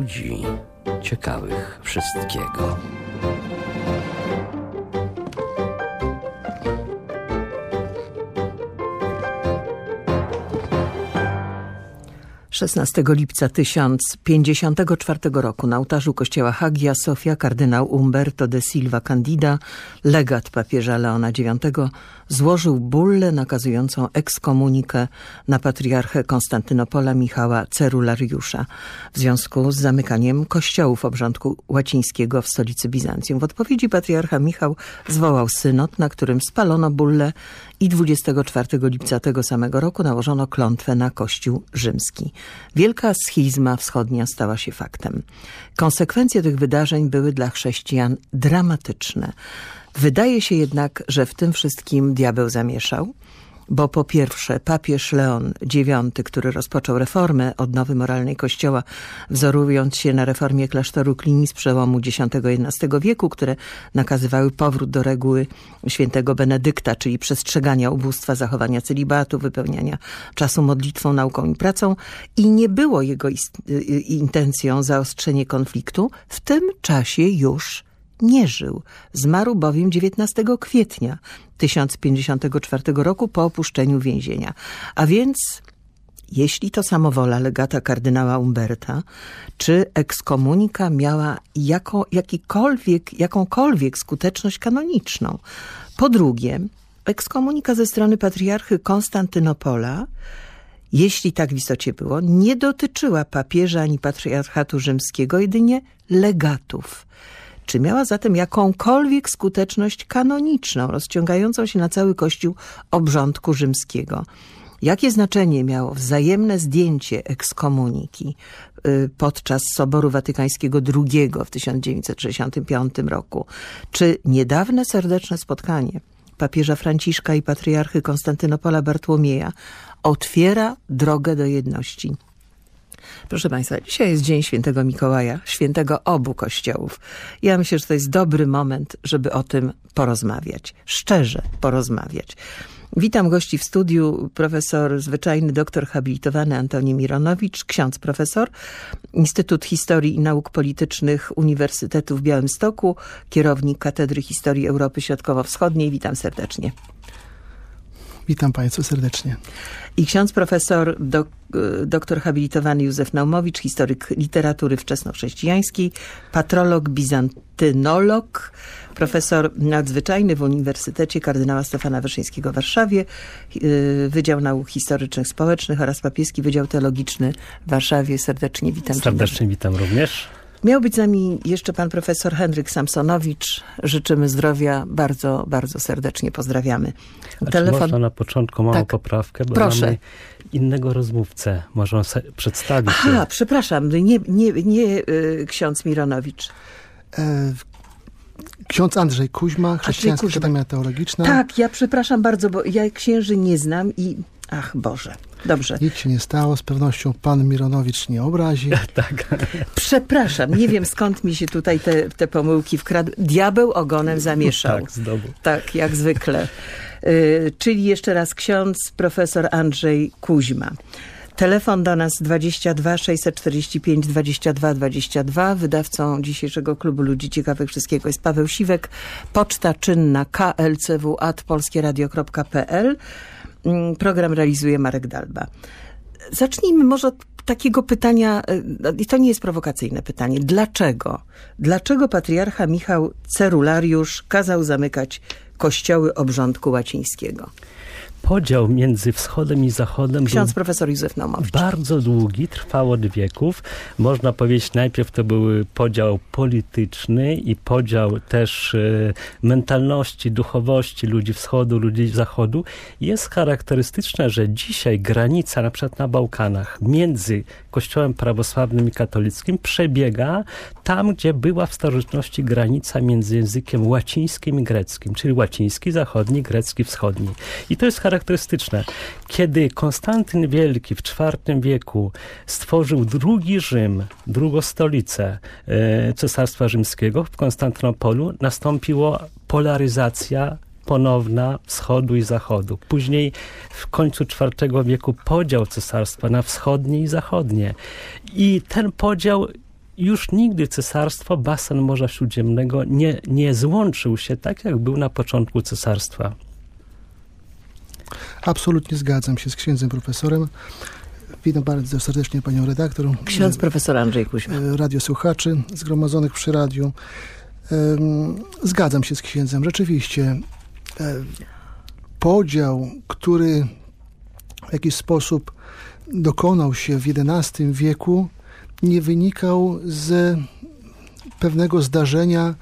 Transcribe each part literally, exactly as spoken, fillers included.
ludzi ciekawych wszystkiego. szesnastego lipca tysiąc pięćdziesiątego czwartego roku na ołtarzu kościoła Hagia Sofia kardynał Umberto de Silva Candida, legat papieża Leona dziewiątego, złożył bullę nakazującą ekskomunikę na patriarchę Konstantynopola Michała Cerulariusza w związku z zamykaniem kościołów obrządku łacińskiego w stolicy Bizancjum. W odpowiedzi patriarcha Michał zwołał synod, na którym spalono bullę i dwudziestego czwartego lipca tego samego roku nałożono klątwę na Kościół rzymski. Wielka schizma wschodnia stała się faktem. Konsekwencje tych wydarzeń były dla chrześcijan dramatyczne. Wydaje się jednak, że w tym wszystkim diabeł zamieszał, bo po pierwsze papież Leon dziewiąty, który rozpoczął reformę odnowy moralnej Kościoła, wzorując się na reformie klasztoru Cluny z przełomu dziesiątego-jedenastego wieku, które nakazywały powrót do reguły świętego Benedykta, czyli przestrzegania ubóstwa, zachowania celibatu, wypełniania czasu modlitwą, nauką i pracą, i nie było jego intencją zaostrzenie konfliktu, w tym czasie już nie żył. Zmarł bowiem dziewiętnastego kwietnia tysiąc pięćdziesiątego czwartego roku po opuszczeniu więzienia. A więc, jeśli to samowola legata kardynała Umberta, czy ekskomunika miała jako, jakikolwiek, jakąkolwiek skuteczność kanoniczną? Po drugie, ekskomunika ze strony patriarchy Konstantynopola, jeśli tak w istocie było, nie dotyczyła papieża ani patriarchatu rzymskiego, jedynie legatów. Czy miała zatem jakąkolwiek skuteczność kanoniczną, rozciągającą się na cały Kościół obrządku rzymskiego? Jakie znaczenie miało wzajemne zdjęcie ekskomuniki podczas Soboru Watykańskiego drugiego w tysiąc dziewięćset sześćdziesiątym piątym roku? Czy niedawne serdeczne spotkanie papieża Franciszka i patriarchy Konstantynopola Bartłomieja otwiera drogę do jedności? Proszę Państwa, dzisiaj jest Dzień Świętego Mikołaja, świętego obu kościołów. Ja myślę, że to jest dobry moment, żeby o tym porozmawiać, szczerze porozmawiać. Witam gości w studiu, profesor zwyczajny, doktor habilitowany Antoni Mironowicz, ksiądz profesor, Instytut Historii i Nauk Politycznych Uniwersytetu w Białymstoku, kierownik Katedry Historii Europy Środkowo-Wschodniej. Witam serdecznie. Witam Państwa serdecznie. I ksiądz profesor, do, doktor habilitowany Józef Naumowicz, historyk literatury wczesnochrześcijańskiej, patrolog, bizantynolog, profesor nadzwyczajny w Uniwersytecie kardynała Stefana Wyszyńskiego w Warszawie, Wydział Nauk Historycznych Społecznych oraz Papieski Wydział Teologiczny w Warszawie. Serdecznie witam. Serdecznie witam również. Miał być z nami jeszcze pan profesor Henryk Samsonowicz. Życzymy zdrowia. Bardzo, bardzo serdecznie pozdrawiamy. Telefon... Można na początku małą tak. poprawkę, bo Proszę. mamy innego rozmówcę. Można se przedstawić. Aha, je. przepraszam. Nie, nie, nie yy, ksiądz Mironowicz. E, ksiądz Andrzej Kuźma, Chrześcijańska Akademia Teologiczna. Tak, ja przepraszam bardzo, bo ja księży nie znam i... Ach Boże, dobrze. Nic się nie stało, z pewnością pan Mironowicz nie obrazi. Tak. Przepraszam, nie wiem skąd mi się tutaj te, te pomyłki wkradły. Diabeł ogonem zamieszał. Tak, zdobył. Tak, jak zwykle. Y, czyli jeszcze raz ksiądz profesor Andrzej Kuźma. Telefon do nas dwadzieścia dwa sześćset czterdzieści pięć dwadzieścia dwa dwadzieścia dwa. Wydawcą dzisiejszego Klubu Ludzi Ciekawych Wszystkiego jest Paweł Siwek. Poczta czynna k l c w at polskieradio kropka p l. Program realizuje Marek Dalba. Zacznijmy może od takiego pytania, i to nie jest prowokacyjne pytanie. Dlaczego? Dlaczego patriarcha Michał Cerulariusz kazał zamykać kościoły obrządku łacińskiego? Podział między wschodem i zachodem Ksiądz był profesor Józef Naumowicz. bardzo długi, trwał od wieków. Można powiedzieć, najpierw to był podział polityczny i podział też e, mentalności, duchowości ludzi wschodu, ludzi zachodu. Jest charakterystyczne, że dzisiaj granica na przykład na Bałkanach między kościołem prawosławnym i katolickim przebiega tam, gdzie była w starożytności granica między językiem łacińskim i greckim, czyli łaciński zachodni, grecki wschodni. I to jest charakterystyczne. Kiedy Konstantyn Wielki w czwartym wieku stworzył drugi Rzym, drugą stolicę e, Cesarstwa Rzymskiego w Konstantynopolu, nastąpiła polaryzacja ponowna wschodu i zachodu. Później w końcu czwartego wieku podział cesarstwa na wschodnie i zachodnie. I ten podział już nigdy cesarstwo, basen Morza Śródziemnego nie, nie złączył się tak, jak był na początku cesarstwa. Absolutnie zgadzam się z księdzem profesorem. Witam bardzo serdecznie panią redaktor. Ksiądz profesor Andrzej Kuźma. Radiosłuchaczy zgromadzonych przy radiu. Zgadzam się z księdzem. Rzeczywiście podział, który w jakiś sposób dokonał się w jedenastym wieku, nie wynikał z pewnego zdarzenia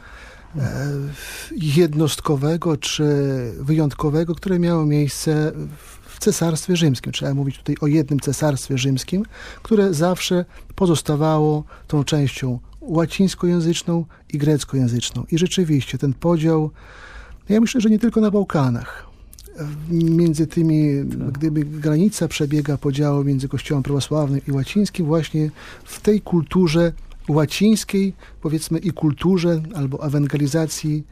jednostkowego czy wyjątkowego, które miało miejsce w Cesarstwie Rzymskim. Trzeba mówić tutaj o jednym Cesarstwie Rzymskim, które zawsze pozostawało tą częścią łacińskojęzyczną i greckojęzyczną. I rzeczywiście ten podział, ja myślę, że nie tylko na Bałkanach. Między tymi, gdyby granica przebiega podziału między kościołem prawosławnym i łacińskim, właśnie w tej kulturze łacińskiej, powiedzmy, i kulturze albo ewangelizacji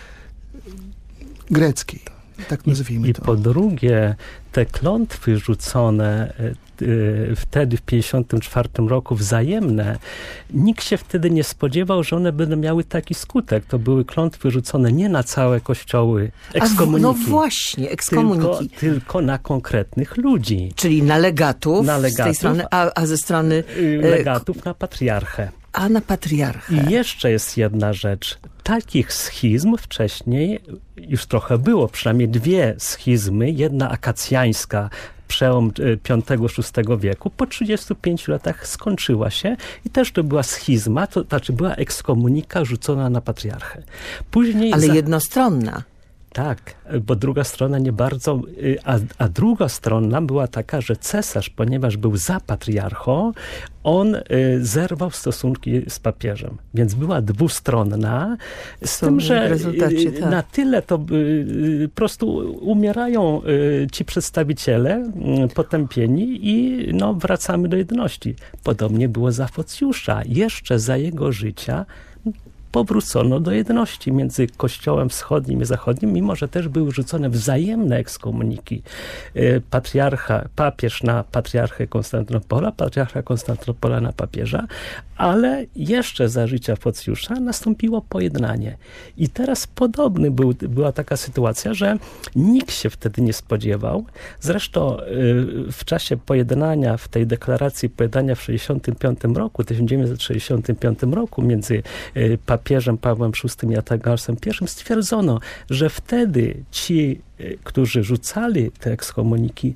greckiej. Tak nazwijmy I, to. I po drugie, te klątwy rzucone y, wtedy w pięćdziesiątym czwartym roku, wzajemne, nikt się wtedy nie spodziewał, że one będą miały taki skutek. To były klątwy rzucone nie na całe kościoły, ekskomuniki. A w, no właśnie, ekskomuniki. Tylko, tylko na konkretnych ludzi. Czyli na legatów, na legatów z tej strony, a, a ze strony... Legatów na patriarchę. A na patriarchę. I jeszcze jest jedna rzecz. Takich schizm wcześniej już trochę było, przynajmniej dwie schizmy, jedna akacjańska, przełom piątego szóstego wieku, po trzydziestu pięciu latach skończyła się i też to była schizma, to znaczy była ekskomunika rzucona na patriarchę. Później Ale za... jednostronna. Tak, bo druga strona nie bardzo, a, a druga strona była taka, że cesarz, ponieważ był za patriarchą, on y, zerwał stosunki z papieżem. Więc była dwustronna, z Są tym, że rezultacie, tak. na tyle to y, y, prostu umierają y, ci przedstawiciele y, potępieni i no, wracamy do jedności. Podobnie było za Focjusza. Jeszcze za jego życia powrócono do jedności między Kościołem Wschodnim i Zachodnim, mimo że też były rzucone wzajemne ekskomuniki. Patriarcha, papież na patriarchę Konstantynopola, patriarcha Konstantynopola na papieża, ale jeszcze za życia Focjusza nastąpiło pojednanie. I teraz podobny był, była taka sytuacja, że nikt się wtedy nie spodziewał. Zresztą w czasie pojednania, w tej deklaracji pojednania w sześćdziesiątym piątym roku, tysiąc dziewięćset sześćdziesiątym piątym roku między papieżem Pawłem szóstym i Atagasem I stwierdzono, że wtedy ci, którzy rzucali te ekskomuniki,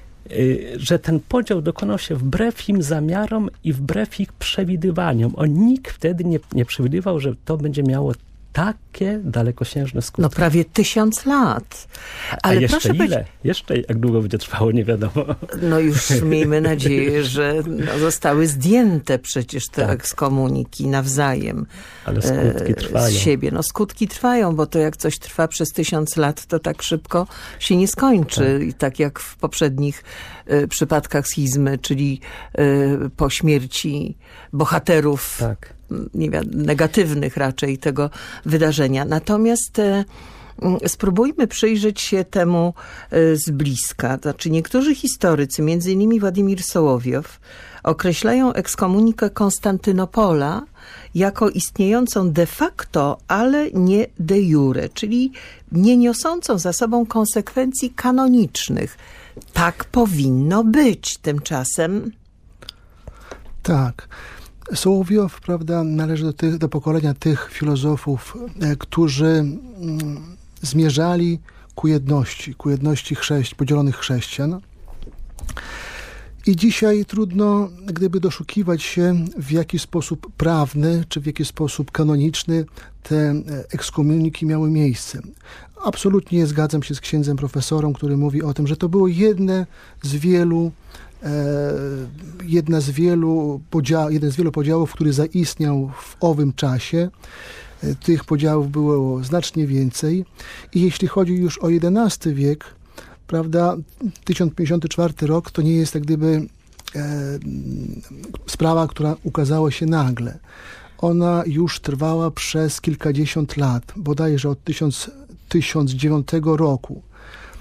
że ten podział dokonał się wbrew im zamiarom i wbrew ich przewidywaniom. On nikt wtedy nie, nie przewidywał, że to będzie miało takie dalekosiężne skutki. No prawie tysiąc lat. Ale A jeszcze proszę ile? być... Jeszcze jak długo będzie trwało, nie wiadomo. No już miejmy nadzieję, że no, zostały zdjęte przecież te tak. ekskomuniki nawzajem. Ale skutki trwają. Z siebie. No skutki trwają, bo to jak coś trwa przez tysiąc lat, to tak szybko się nie skończy. Tak, I tak jak w poprzednich y, przypadkach schizmy, czyli y, po śmierci bohaterów tak. nie wiem, negatywnych raczej tego wydarzenia. Natomiast e, spróbujmy przyjrzeć się temu e, z bliska. Znaczy niektórzy historycy, między innymi Władimir Sołowiow, określają ekskomunikę Konstantynopola jako istniejącą de facto, ale nie de jure, czyli nie niosącą za sobą konsekwencji kanonicznych. Tak powinno być. Tymczasem... Tak. Sołowiow, prawda, należy do, tych, do pokolenia tych filozofów, e, którzy mm, zmierzali ku jedności, ku jedności chrześci- podzielonych chrześcijan. I dzisiaj trudno, gdyby doszukiwać się, w jaki sposób prawny, czy w jaki sposób kanoniczny te ekskomuniki miały miejsce. Absolutnie zgadzam się z księdzem profesorem, który mówi o tym, że to było jedne z wielu Jedna z wielu podział, jeden z wielu podziałów, który zaistniał w owym czasie. Tych podziałów było znacznie więcej. I jeśli chodzi już o jedenasty wiek, prawda, tysiąc pięćdziesiąty czwarty rok to nie jest jak gdyby e, sprawa, która ukazała się nagle. Ona już trwała przez kilkadziesiąt lat, bodajże od tysiąc dziewiątego roku.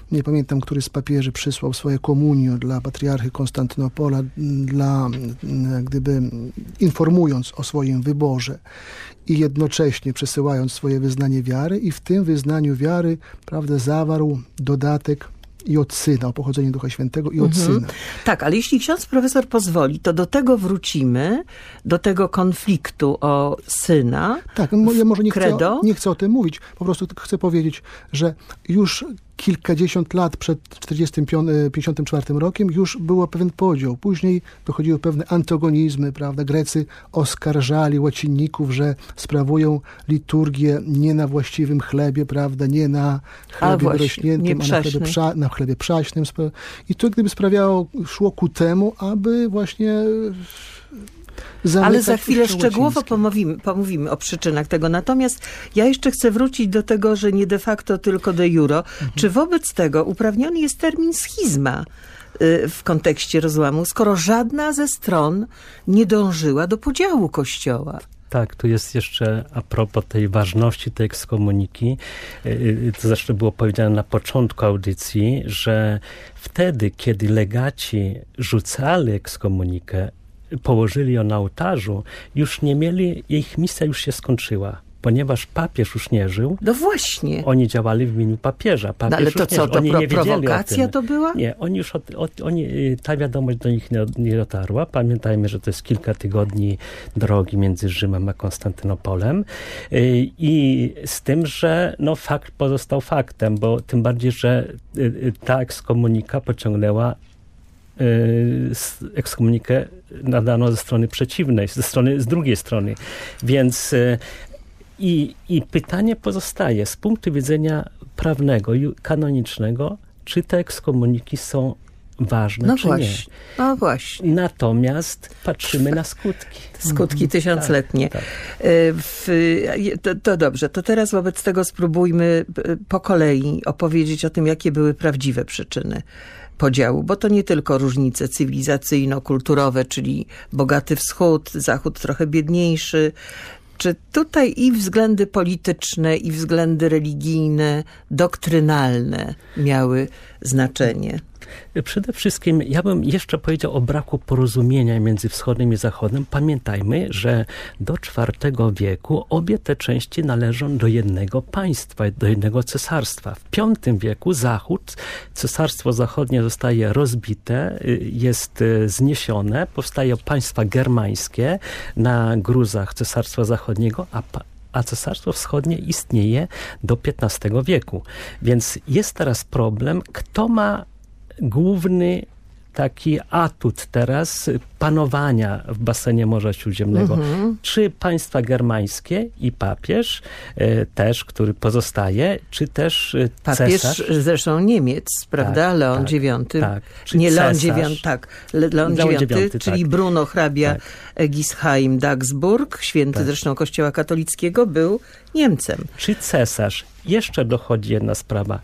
nie pamiętam, który z papieży przysłał swoje komunio dla patriarchy Konstantynopola, dla, jak gdyby informując o swoim wyborze i jednocześnie przesyłając swoje wyznanie wiary, i w tym wyznaniu wiary, prawda, zawarł dodatek i od Syna, o pochodzeniu Ducha Świętego i od Mhm. Syna. Tak, ale jeśli ksiądz profesor pozwoli, to do tego wrócimy, do tego konfliktu o Syna. Tak, mo- ja może nie chcę, Credo? nie chcę o tym mówić, po prostu tylko chcę powiedzieć, że już kilkadziesiąt lat przed czterdziestym piątym czwartym rokiem już był pewien podział. Później dochodziły pewne antagonizmy, prawda? Grecy oskarżali łacinników, że sprawują liturgię nie na właściwym chlebie, prawda? Nie na chlebie właśnie, wyrośniętym, nie a na chlebie, przaśnym. prza, na chlebie przaśnym. I to gdyby sprawiało, szło ku temu, aby właśnie zamykać Ale za chwilę kościoły szczegółowo łacińskie. pomówimy, pomówimy o przyczynach tego. Natomiast ja jeszcze chcę wrócić do tego, że nie de facto, tylko de jure. Mhm. Czy wobec tego uprawniony jest termin schizma y, w kontekście rozłamu, skoro żadna ze stron nie dążyła do podziału Kościoła? Tak, tu jest jeszcze a propos tej ważności tej ekskomuniki, to zresztą było powiedziane na początku audycji, że wtedy, kiedy legaci rzucali ekskomunikę, położyli ją na ołtarzu, już nie mieli, ich misja już się skończyła. Ponieważ papież już nie żył, No właśnie. oni działali w imieniu papieża. Papież No ale już to nie co, żył. to Oni pro, nie wiedzieli prowokacja o tym. to była? Nie, oni już od, od, oni, ta wiadomość do nich nie, nie dotarła. Pamiętajmy, że to jest kilka tygodni drogi między Rzymem a Konstantynopolem. I z tym, że no, fakt pozostał faktem, bo tym bardziej, że ta ekskomunika pociągnęła ekskomunikę nadano ze strony przeciwnej, ze strony, z drugiej strony. Więc i, i pytanie pozostaje z punktu widzenia prawnego i kanonicznego, czy te ekskomuniki są ważne, No czy właśnie, nie. no właśnie. Natomiast patrzymy na skutki. Skutki Mhm. tysiącletnie. Tak, W, to, to dobrze, to teraz wobec tego spróbujmy po kolei opowiedzieć o tym, jakie były prawdziwe przyczyny podziału, bo to nie tylko różnice cywilizacyjno-kulturowe, czyli bogaty wschód, zachód trochę biedniejszy. Czy tutaj i względy polityczne, i względy religijne, doktrynalne miały znaczenie? Przede wszystkim ja bym jeszcze powiedział o braku porozumienia między wschodem i zachodem. Pamiętajmy, że do czwartego wieku obie te części należą do jednego państwa, do jednego cesarstwa. W piątym wieku Zachód, cesarstwo zachodnie zostaje rozbite, jest zniesione, powstają państwa germańskie na gruzach cesarstwa zachodniego, a a cesarstwo wschodnie istnieje do piętnastego wieku. Więc jest teraz problem, kto ma główny taki atut teraz panowania w basenie Morza Śródziemnego. Mhm. Czy państwa germańskie i papież e, też, który pozostaje, czy też papież, cesarz. zresztą Niemiec, prawda? Tak, Leon tak, dziewiąty. Tak. Nie cesarz. Leon dziewiąty, tak. Le, Leon, Leon dziewiąty, czyli tak. Bruno hrabia tak. Gisheim-Dagsburg, święty tak. zresztą Kościoła katolickiego, był Niemcem. Czy cesarz? Jeszcze dochodzi jedna sprawa.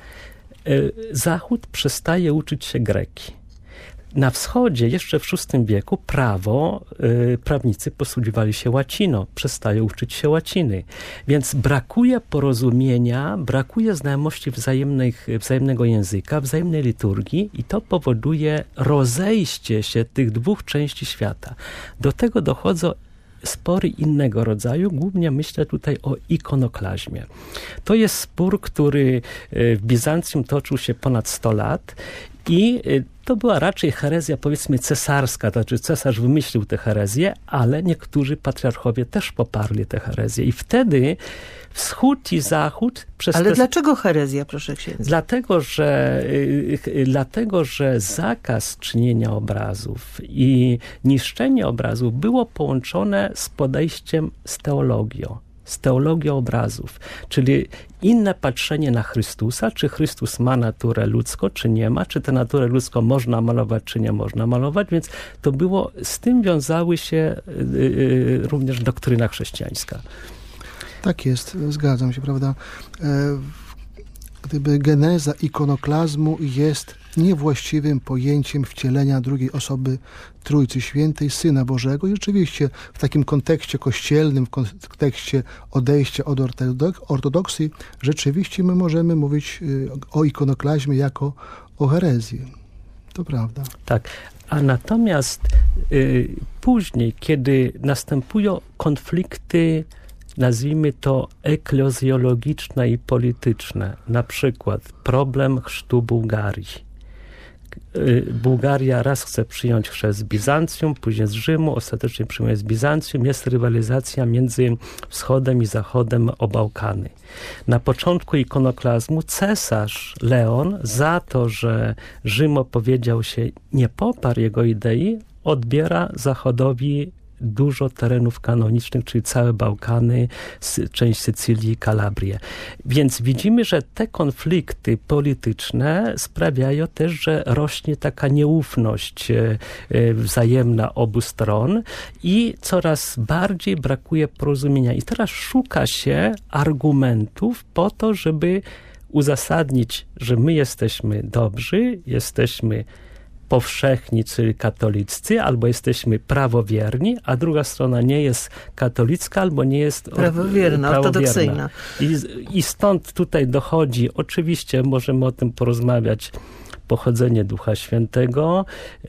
Zachód przestaje uczyć się greki. Na wschodzie, jeszcze w szóstym wieku, prawo, y, prawnicy posługiwali się łaciną, przestają uczyć się łaciny. Więc brakuje porozumienia, brakuje znajomości wzajemnych, wzajemnego języka, wzajemnej liturgii i to powoduje rozejście się tych dwóch części świata. Do tego dochodzą spory innego rodzaju, głównie myślę tutaj o ikonoklazmie. To jest spór, który w Bizancjum toczył się ponad sto lat i to była raczej herezja, powiedzmy, cesarska, to znaczy cesarz wymyślił tę herezję, ale niektórzy patriarchowie też poparli tę herezję i wtedy wschód i zachód... Przez ale te... dlaczego herezja, proszę księdza? Dlatego, że, yy, dlatego, że zakaz czynienia obrazów i niszczenie obrazów było połączone z podejściem z teologią. z teologią obrazów, czyli inne patrzenie na Chrystusa, czy Chrystus ma naturę ludzką, czy nie ma, czy tę naturę ludzką można malować, czy nie można malować, więc to było, z tym wiązały się yy, również doktryna chrześcijańska. Tak jest, zgadzam się, prawda. Gdyby geneza ikonoklazmu jest niewłaściwym pojęciem wcielenia drugiej osoby Trójcy Świętej, Syna Bożego. I rzeczywiście w takim kontekście kościelnym, w kontekście odejścia od ortodoksji, rzeczywiście my możemy mówić o ikonoklazmie jako o herezji. To prawda. Tak. A natomiast y, później, kiedy następują konflikty, nazwijmy to eklezjologiczne i polityczne, na przykład problem chrztu Bułgarii. Bułgaria raz chce przyjąć chrzest z Bizancjum, później z Rzymu, ostatecznie przyjmuje z Bizancjum. Jest rywalizacja między wschodem i zachodem o Bałkany. Na początku ikonoklazmu cesarz Leon za to, że Rzym opowiedział się, nie poparł jego idei, odbiera zachodowi dużo terenów kanonicznych, czyli całe Bałkany, część Sycylii i Kalabrię. Więc widzimy, że te konflikty polityczne sprawiają też, że rośnie taka nieufność wzajemna obu stron i coraz bardziej brakuje porozumienia. I teraz szuka się argumentów po to, żeby uzasadnić, że my jesteśmy dobrzy, jesteśmy powszechni, czyli katoliccy, albo jesteśmy prawowierni, a druga strona nie jest katolicka, albo nie jest prawowierna, prawowierna. ortodoksyjna. I, I stąd tutaj dochodzi, oczywiście możemy o tym porozmawiać, pochodzenie Ducha Świętego,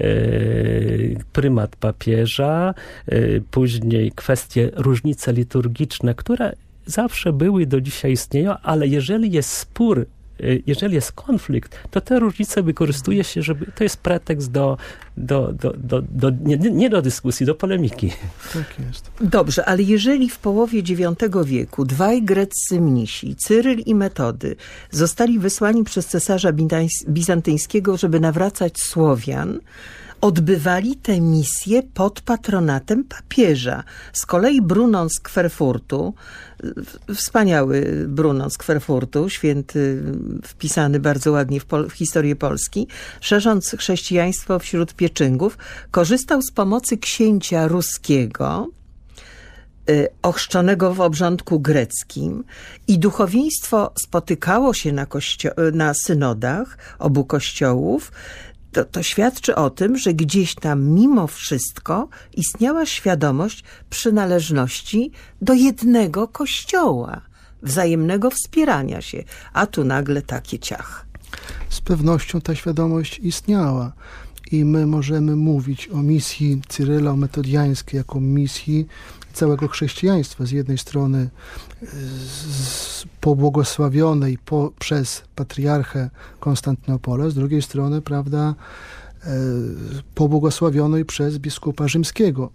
yy, prymat papieża, yy, później kwestie, różnice liturgiczne, które zawsze były i do dzisiaj istnieją, ale jeżeli jest spór, jeżeli jest konflikt, to te różnice wykorzystuje się, żeby to jest pretekst do, do, do, do, do nie, nie do dyskusji, do polemiki. Tak jest. Dobrze, ale jeżeli w połowie dziewiątego wieku dwaj greccy mnisi, Cyryl i Metody, zostali wysłani przez cesarza bizantyjskiego, żeby nawracać Słowian, odbywali tę misję pod patronatem papieża. Z kolei Brunon z Kwerfurtu, wspaniały Brunon z Kwerfurtu, święty wpisany bardzo ładnie w, Pol- w historię Polski, szerząc chrześcijaństwo wśród Pieczyngów, korzystał z pomocy księcia ruskiego, ochrzczonego w obrządku greckim, i duchowieństwo spotykało się na, kościo- na synodach obu kościołów. To, to świadczy o tym, że gdzieś tam mimo wszystko istniała świadomość przynależności do jednego kościoła, wzajemnego wspierania się, a tu nagle takie ciach. Z pewnością ta świadomość istniała i my możemy mówić o misji Cyryla Metodiańskiej jako misji całego chrześcijaństwa. Z jednej strony z, pobłogosławionej po, przez patriarchę Konstantynopola, z drugiej strony, prawda, e, pobłogosławionej przez biskupa rzymskiego.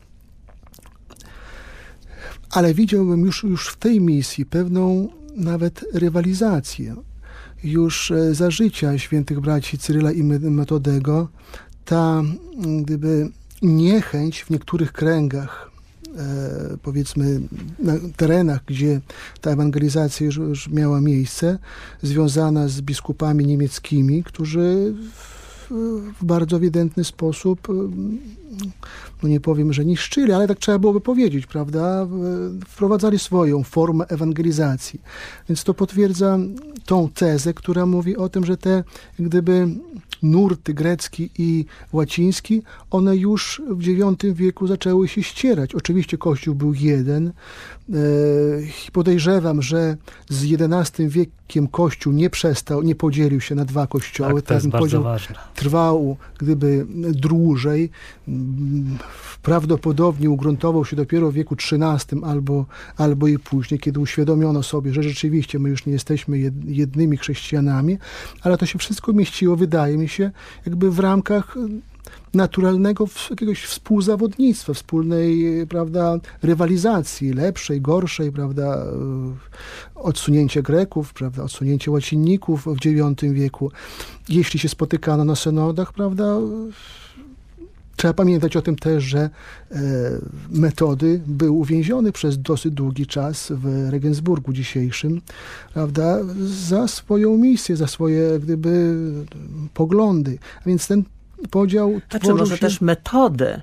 Ale widziałbym już, już w tej misji pewną nawet rywalizację. Już za życia świętych braci Cyryla i Metodego ta gdyby niechęć w niektórych kręgach, e, powiedzmy na terenach, gdzie ta ewangelizacja już, już miała miejsce, związana z biskupami niemieckimi, którzy w, w bardzo ewidentny sposób, no nie powiem, że niszczyli, ale tak trzeba byłoby powiedzieć, prawda, wprowadzali swoją formę ewangelizacji. Więc to potwierdza tą tezę, która mówi o tym, że te gdyby nurty grecki i łaciński, one już w dziewiątym wieku zaczęły się ścierać. Oczywiście Kościół był jeden. Podejrzewam, że z jedenastym wiekiem Kościół nie przestał, nie podzielił się na dwa kościoły. Tak, to jest Ten bardzo podział ważne. Trwał gdyby dłużej. Prawdopodobnie ugruntował się dopiero w wieku trzynastym albo, albo i później, kiedy uświadomiono sobie, że rzeczywiście my już nie jesteśmy jednymi chrześcijanami, ale to się wszystko mieściło, wydaje mi się, jakby w ramkach naturalnego jakiegoś współzawodnictwa, wspólnej, prawda, rywalizacji, lepszej, gorszej, prawda, odsunięcie Greków, prawda, odsunięcie łacinników w dziewiątym wieku. Jeśli się spotykano na synodach, prawda, trzeba pamiętać o tym też, że e, Metody był uwięziony przez dosyć długi czas w Regensburgu dzisiejszym, prawda, za swoją misję, za swoje gdyby poglądy. A więc ten podział Znaczy może się... też Metodę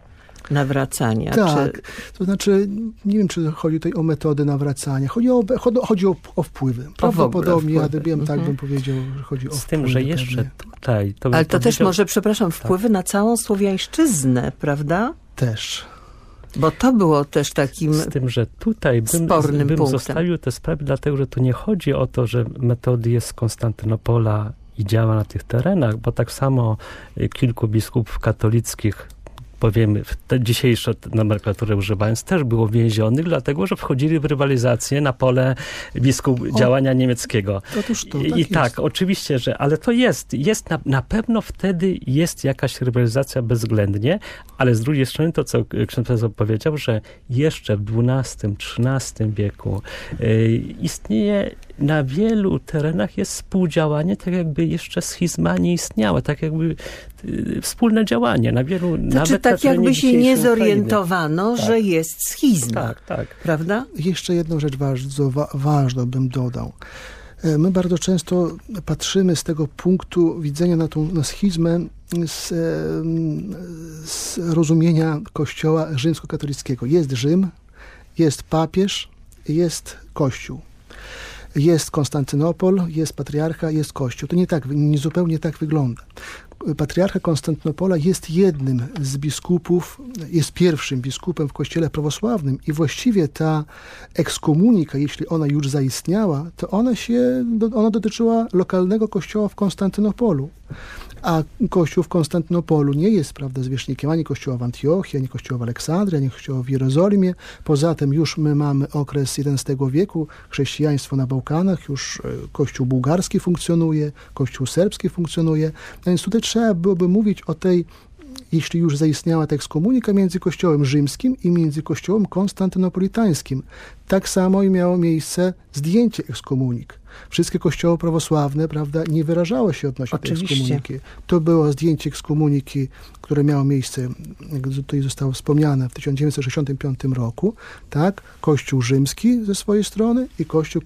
nawracania. Tak, czy... to znaczy, nie wiem, czy chodzi tutaj o metody nawracania, chodzi o, chodzi o, o wpływy. Prawdopodobnie, ja bym, tak bym powiedział, że chodzi o Z wpływy. tym, że jeszcze pewnie. tutaj... To Ale to powiedział... też może, przepraszam, wpływy tak. na całą Słowiańszczyznę, prawda? Też. Bo to było też takim Z tym, że tutaj bym, spornym bym punktem. zostawił te sprawy, dlatego, że tu nie chodzi o to, że Metody jest z Konstantynopola i działa na tych terenach, bo tak samo kilku biskupów katolickich, powiemy, w te dzisiejsze nomenklatury używając, też było więzionych, dlatego, że wchodzili w rywalizację na pole biskup o, działania niemieckiego. Otóż to, I, tak i tak, oczywiście, że, ale to jest, jest na, na pewno wtedy jest jakaś rywalizacja bezwzględnie, ale z drugiej strony to, co ksiądz profesor powiedział, że jeszcze w dwunastym, trzynastym wieku y, istnieje na wielu terenach jest współdziałanie, tak jakby jeszcze schizma nie istniała, tak jakby y, wspólne działanie na wielu, znaczy, nawet tak na jakby się nie zorientowano, tak. że jest schizma. Tak, tak. Prawda? Jeszcze jedną rzecz bardzo wa- ważną bym dodał. My bardzo często patrzymy z tego punktu widzenia na tą na schizmę z, z rozumienia Kościoła rzymskokatolickiego. Jest Rzym, jest papież, jest Kościół. Jest Konstantynopol, jest patriarcha, jest Kościół. To nie tak, nie zupełnie tak wygląda. Patriarcha Konstantynopola jest jednym z biskupów, jest pierwszym biskupem w Kościele prawosławnym i właściwie ta ekskomunika, jeśli ona już zaistniała, to ona się, ona dotyczyła lokalnego kościoła w Konstantynopolu. A kościół w Konstantynopolu nie jest, prawda, zwierzchnikiem ani kościoła w Antiochii, ani kościoła w Aleksandrii, ani kościoła w Jerozolimie. Poza tym już my mamy okres jedenastego wieku, chrześcijaństwo na Bałkanach, już kościół bułgarski funkcjonuje, kościół serbski funkcjonuje. A więc tutaj trzeba byłoby mówić o tej, jeśli już zaistniała ta ekskomunika między kościołem rzymskim i między kościołem konstantynopolitańskim. Tak samo i miało miejsce zdjęcie ekskomunik. Wszystkie kościoły prawosławne, prawda, nie wyrażały się odnośnie tej ekskomuniki. To było zdjęcie ekskomuniki, które miało miejsce, jak tutaj zostało wspomniane, w tysiąc dziewięćset sześćdziesiątym piątym roku. Tak? Kościół rzymski ze swojej strony i kościół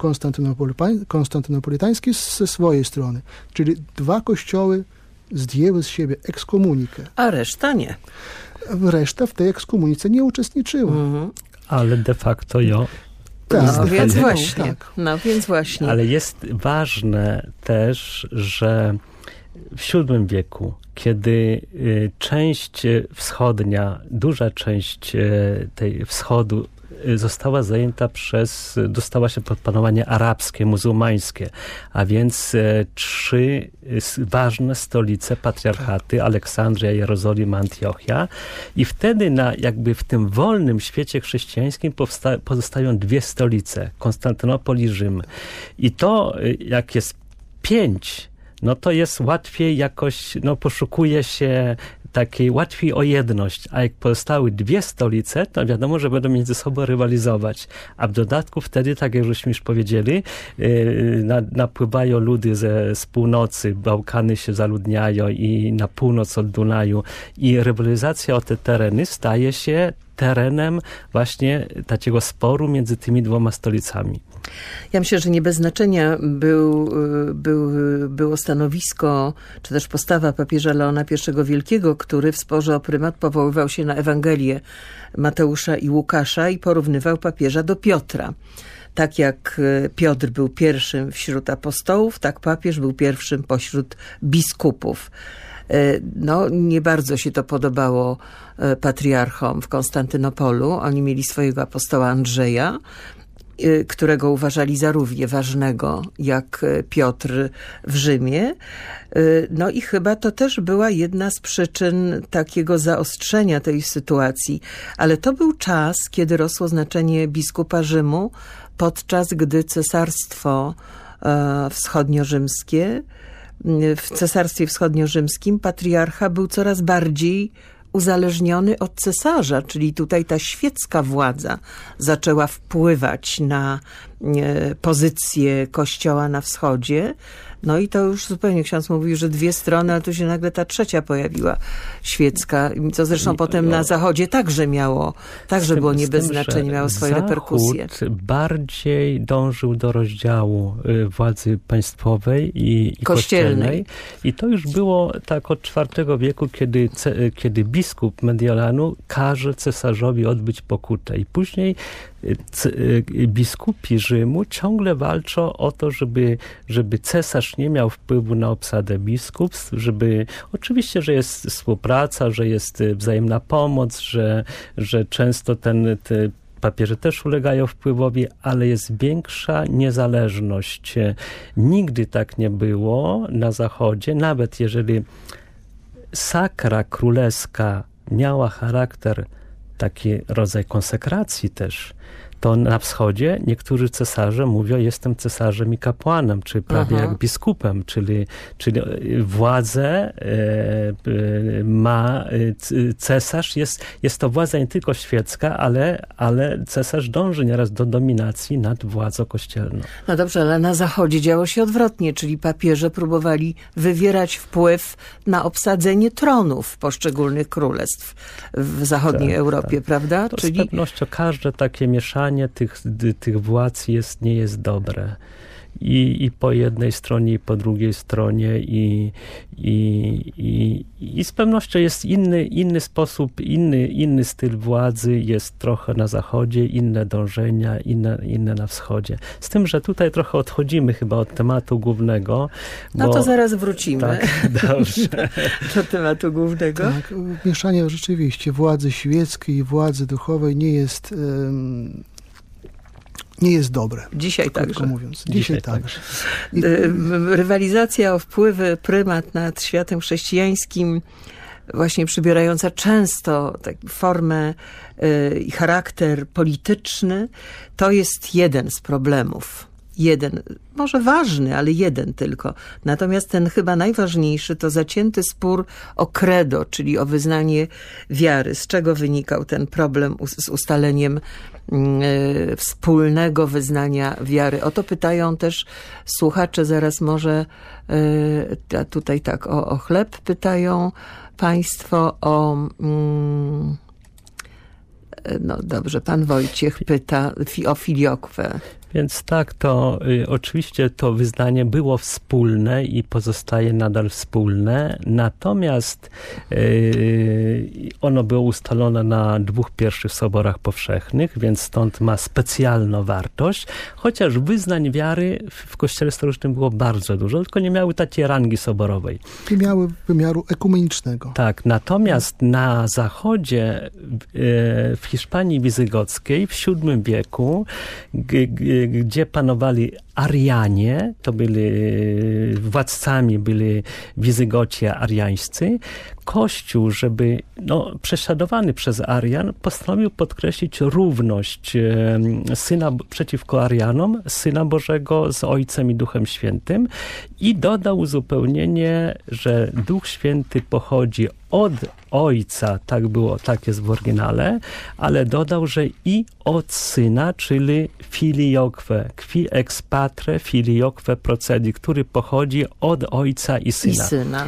konstantynopolitański ze swojej strony. Czyli dwa kościoły zdjęły z siebie ekskomunikę. A reszta nie. Reszta w tej ekskomunice nie uczestniczyła. Mhm. Ale de facto jo. Tak, no, więc no, właśnie. Tak. No więc właśnie. Ale jest ważne też, że w siódmym wieku, kiedy część wschodnia, duża część tej wschodu została zajęta przez, dostała się pod panowanie arabskie, muzułmańskie, a więc e, trzy ważne stolice, patriarchaty, Aleksandria, Jerozolima, Antiochia i wtedy na, jakby w tym wolnym świecie chrześcijańskim powsta- pozostają dwie stolice, Konstantynopol i Rzym. I to, jak jest pięć, no to jest łatwiej jakoś, no poszukuje się takiej łatwiej o jedność, a jak pozostały dwie stolice, to wiadomo, że będą między sobą rywalizować. A w dodatku wtedy, tak jak żeśmy już powiedzieli, yy, na, napływają ludy ze, z północy, Bałkany się zaludniają i na północ od Dunaju i rywalizacja o te tereny staje się terenem właśnie takiego sporu między tymi dwoma stolicami. Ja myślę, że nie bez znaczenia był, był, było stanowisko, czy też postawa papieża Leona I Wielkiego, który w sporze o prymat powoływał się na Ewangelię Mateusza i Łukasza i porównywał papieża do Piotra. Tak jak Piotr był pierwszym wśród apostołów, tak papież był pierwszym pośród biskupów. No, nie bardzo się to podobało patriarchom w Konstantynopolu. Oni mieli swojego apostoła Andrzeja, którego uważali za równie ważnego jak Piotr w Rzymie. No i chyba to też była jedna z przyczyn takiego zaostrzenia tej sytuacji. Ale to był czas, kiedy rosło znaczenie biskupa Rzymu, podczas gdy cesarstwo e, wschodniorzymskie, w cesarstwie wschodniorzymskim patriarcha był coraz bardziej uzależniony od cesarza, czyli tutaj ta świecka władza zaczęła wpływać na e, pozycję kościoła na wschodzie. No i to już zupełnie ksiądz mówił, że dwie strony, ale tu się nagle ta trzecia pojawiła, świecka, co zresztą I, potem o, na Zachodzie także miało, także tym, było nie bez znaczenia, miało swoje Zachód reperkusje. bardziej dążył do rozdziału władzy państwowej i, i kościelnej. kościelnej. I to już było tak od czwartego wieku, kiedy, kiedy biskup Mediolanu każe cesarzowi odbyć pokutę. I później biskupi Rzymu ciągle walczą o to, żeby, żeby cesarz nie miał wpływu na obsadę biskupstw, żeby oczywiście, że jest współpraca, że jest wzajemna pomoc, że, że często ten, te papieże też ulegają wpływowi, ale jest większa niezależność. Nigdy tak nie było na Zachodzie, nawet jeżeli sakra królewska miała charakter, taki rodzaj konsekracji też, to na wschodzie niektórzy cesarze mówią, jestem cesarzem i kapłanem, czy prawie Aha. jak biskupem, czyli, czyli władzę e, ma cesarz, jest, jest to władza nie tylko świecka, ale, ale cesarz dąży nieraz do dominacji nad władzą kościelną. No dobrze, ale na Zachodzie działo się odwrotnie, czyli papieże próbowali wywierać wpływ na obsadzenie tronów poszczególnych królestw w zachodniej tak, Europie, tak. prawda? To czyli... z pewnością każde takie mieszanie Tych, tych władz jest, nie jest dobre. I, i po jednej stronie, i po drugiej stronie i, i, i, i z pewnością jest inny, inny sposób, inny, inny styl władzy, jest trochę na zachodzie, inne dążenia, inne, inne na wschodzie. Z tym, że tutaj trochę odchodzimy chyba od tematu głównego. No bo... to zaraz wrócimy tak, dobrze. do tematu głównego. Tak, mieszanie rzeczywiście władzy świeckiej i władzy duchowej nie jest... Um... nie jest dobre. Dzisiaj także. mówiąc. Dzisiaj, Dzisiaj także. I... Rywalizacja o wpływy, prymat nad światem chrześcijańskim, właśnie przybierająca często tak, formę i yy, charakter polityczny, to jest jeden z problemów. Jeden, może ważny, ale jeden tylko. Natomiast ten chyba najważniejszy to zacięty spór o credo, czyli o wyznanie wiary. Z czego wynikał ten problem z ustaleniem y, wspólnego wyznania wiary? O to pytają też słuchacze, zaraz może y, tutaj tak o, o chleb pytają państwo, o... Mm, no dobrze, pan Wojciech pyta o filiokwę. Więc tak, to y, oczywiście to wyznanie było wspólne i pozostaje nadal wspólne, natomiast y, ono było ustalone na dwóch pierwszych soborach powszechnych, więc stąd ma specjalną wartość, chociaż wyznań wiary w, w Kościele Stołecznym było bardzo dużo, tylko nie miały takiej rangi soborowej. Nie miały wymiaru ekumenicznego. Tak, natomiast na zachodzie, y, w Hiszpanii Wizygockiej w siódmym wieku, g, g, gdzie panowali Arianie, to byli władcami, byli Wizygocie ariańscy. Kościół, żeby no, prześladowany przez Arian, postanowił podkreślić równość e, syna przeciwko Arianom, Syna Bożego z Ojcem i Duchem Świętym i dodał uzupełnienie, że Duch Święty pochodzi od Ojca, tak było, tak jest w oryginale, ale dodał, że i od Syna, czyli filioque, qui ex patre filioque procedi, który pochodzi od Ojca i Syna. I syna.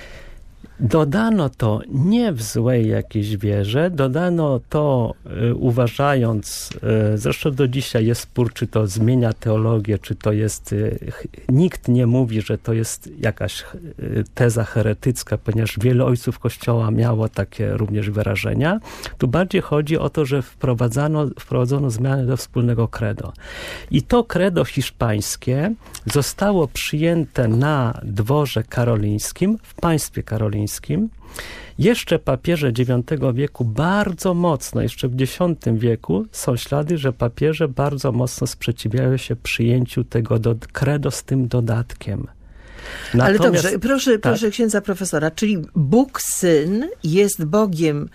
Dodano to nie w złej jakiejś wierze, dodano to y, uważając, y, zresztą do dzisiaj jest spór, czy to zmienia teologię, czy to jest, y, nikt nie mówi, że to jest jakaś y, teza heretycka, ponieważ wiele ojców Kościoła miało takie również wyrażenia. Tu bardziej chodzi o to, że wprowadzano, wprowadzono zmiany do wspólnego credo. I to credo hiszpańskie zostało przyjęte na dworze karolińskim, w państwie karolińskim. Jeszcze papieże dziewiątego wieku bardzo mocno, jeszcze w dziesiątym wieku są ślady, że papieże bardzo mocno sprzeciwiają się przyjęciu tego do, credo z tym dodatkiem. Natomiast, ale dobrze, proszę, tak. proszę księdza profesora, czyli Bóg Syn jest Bogiem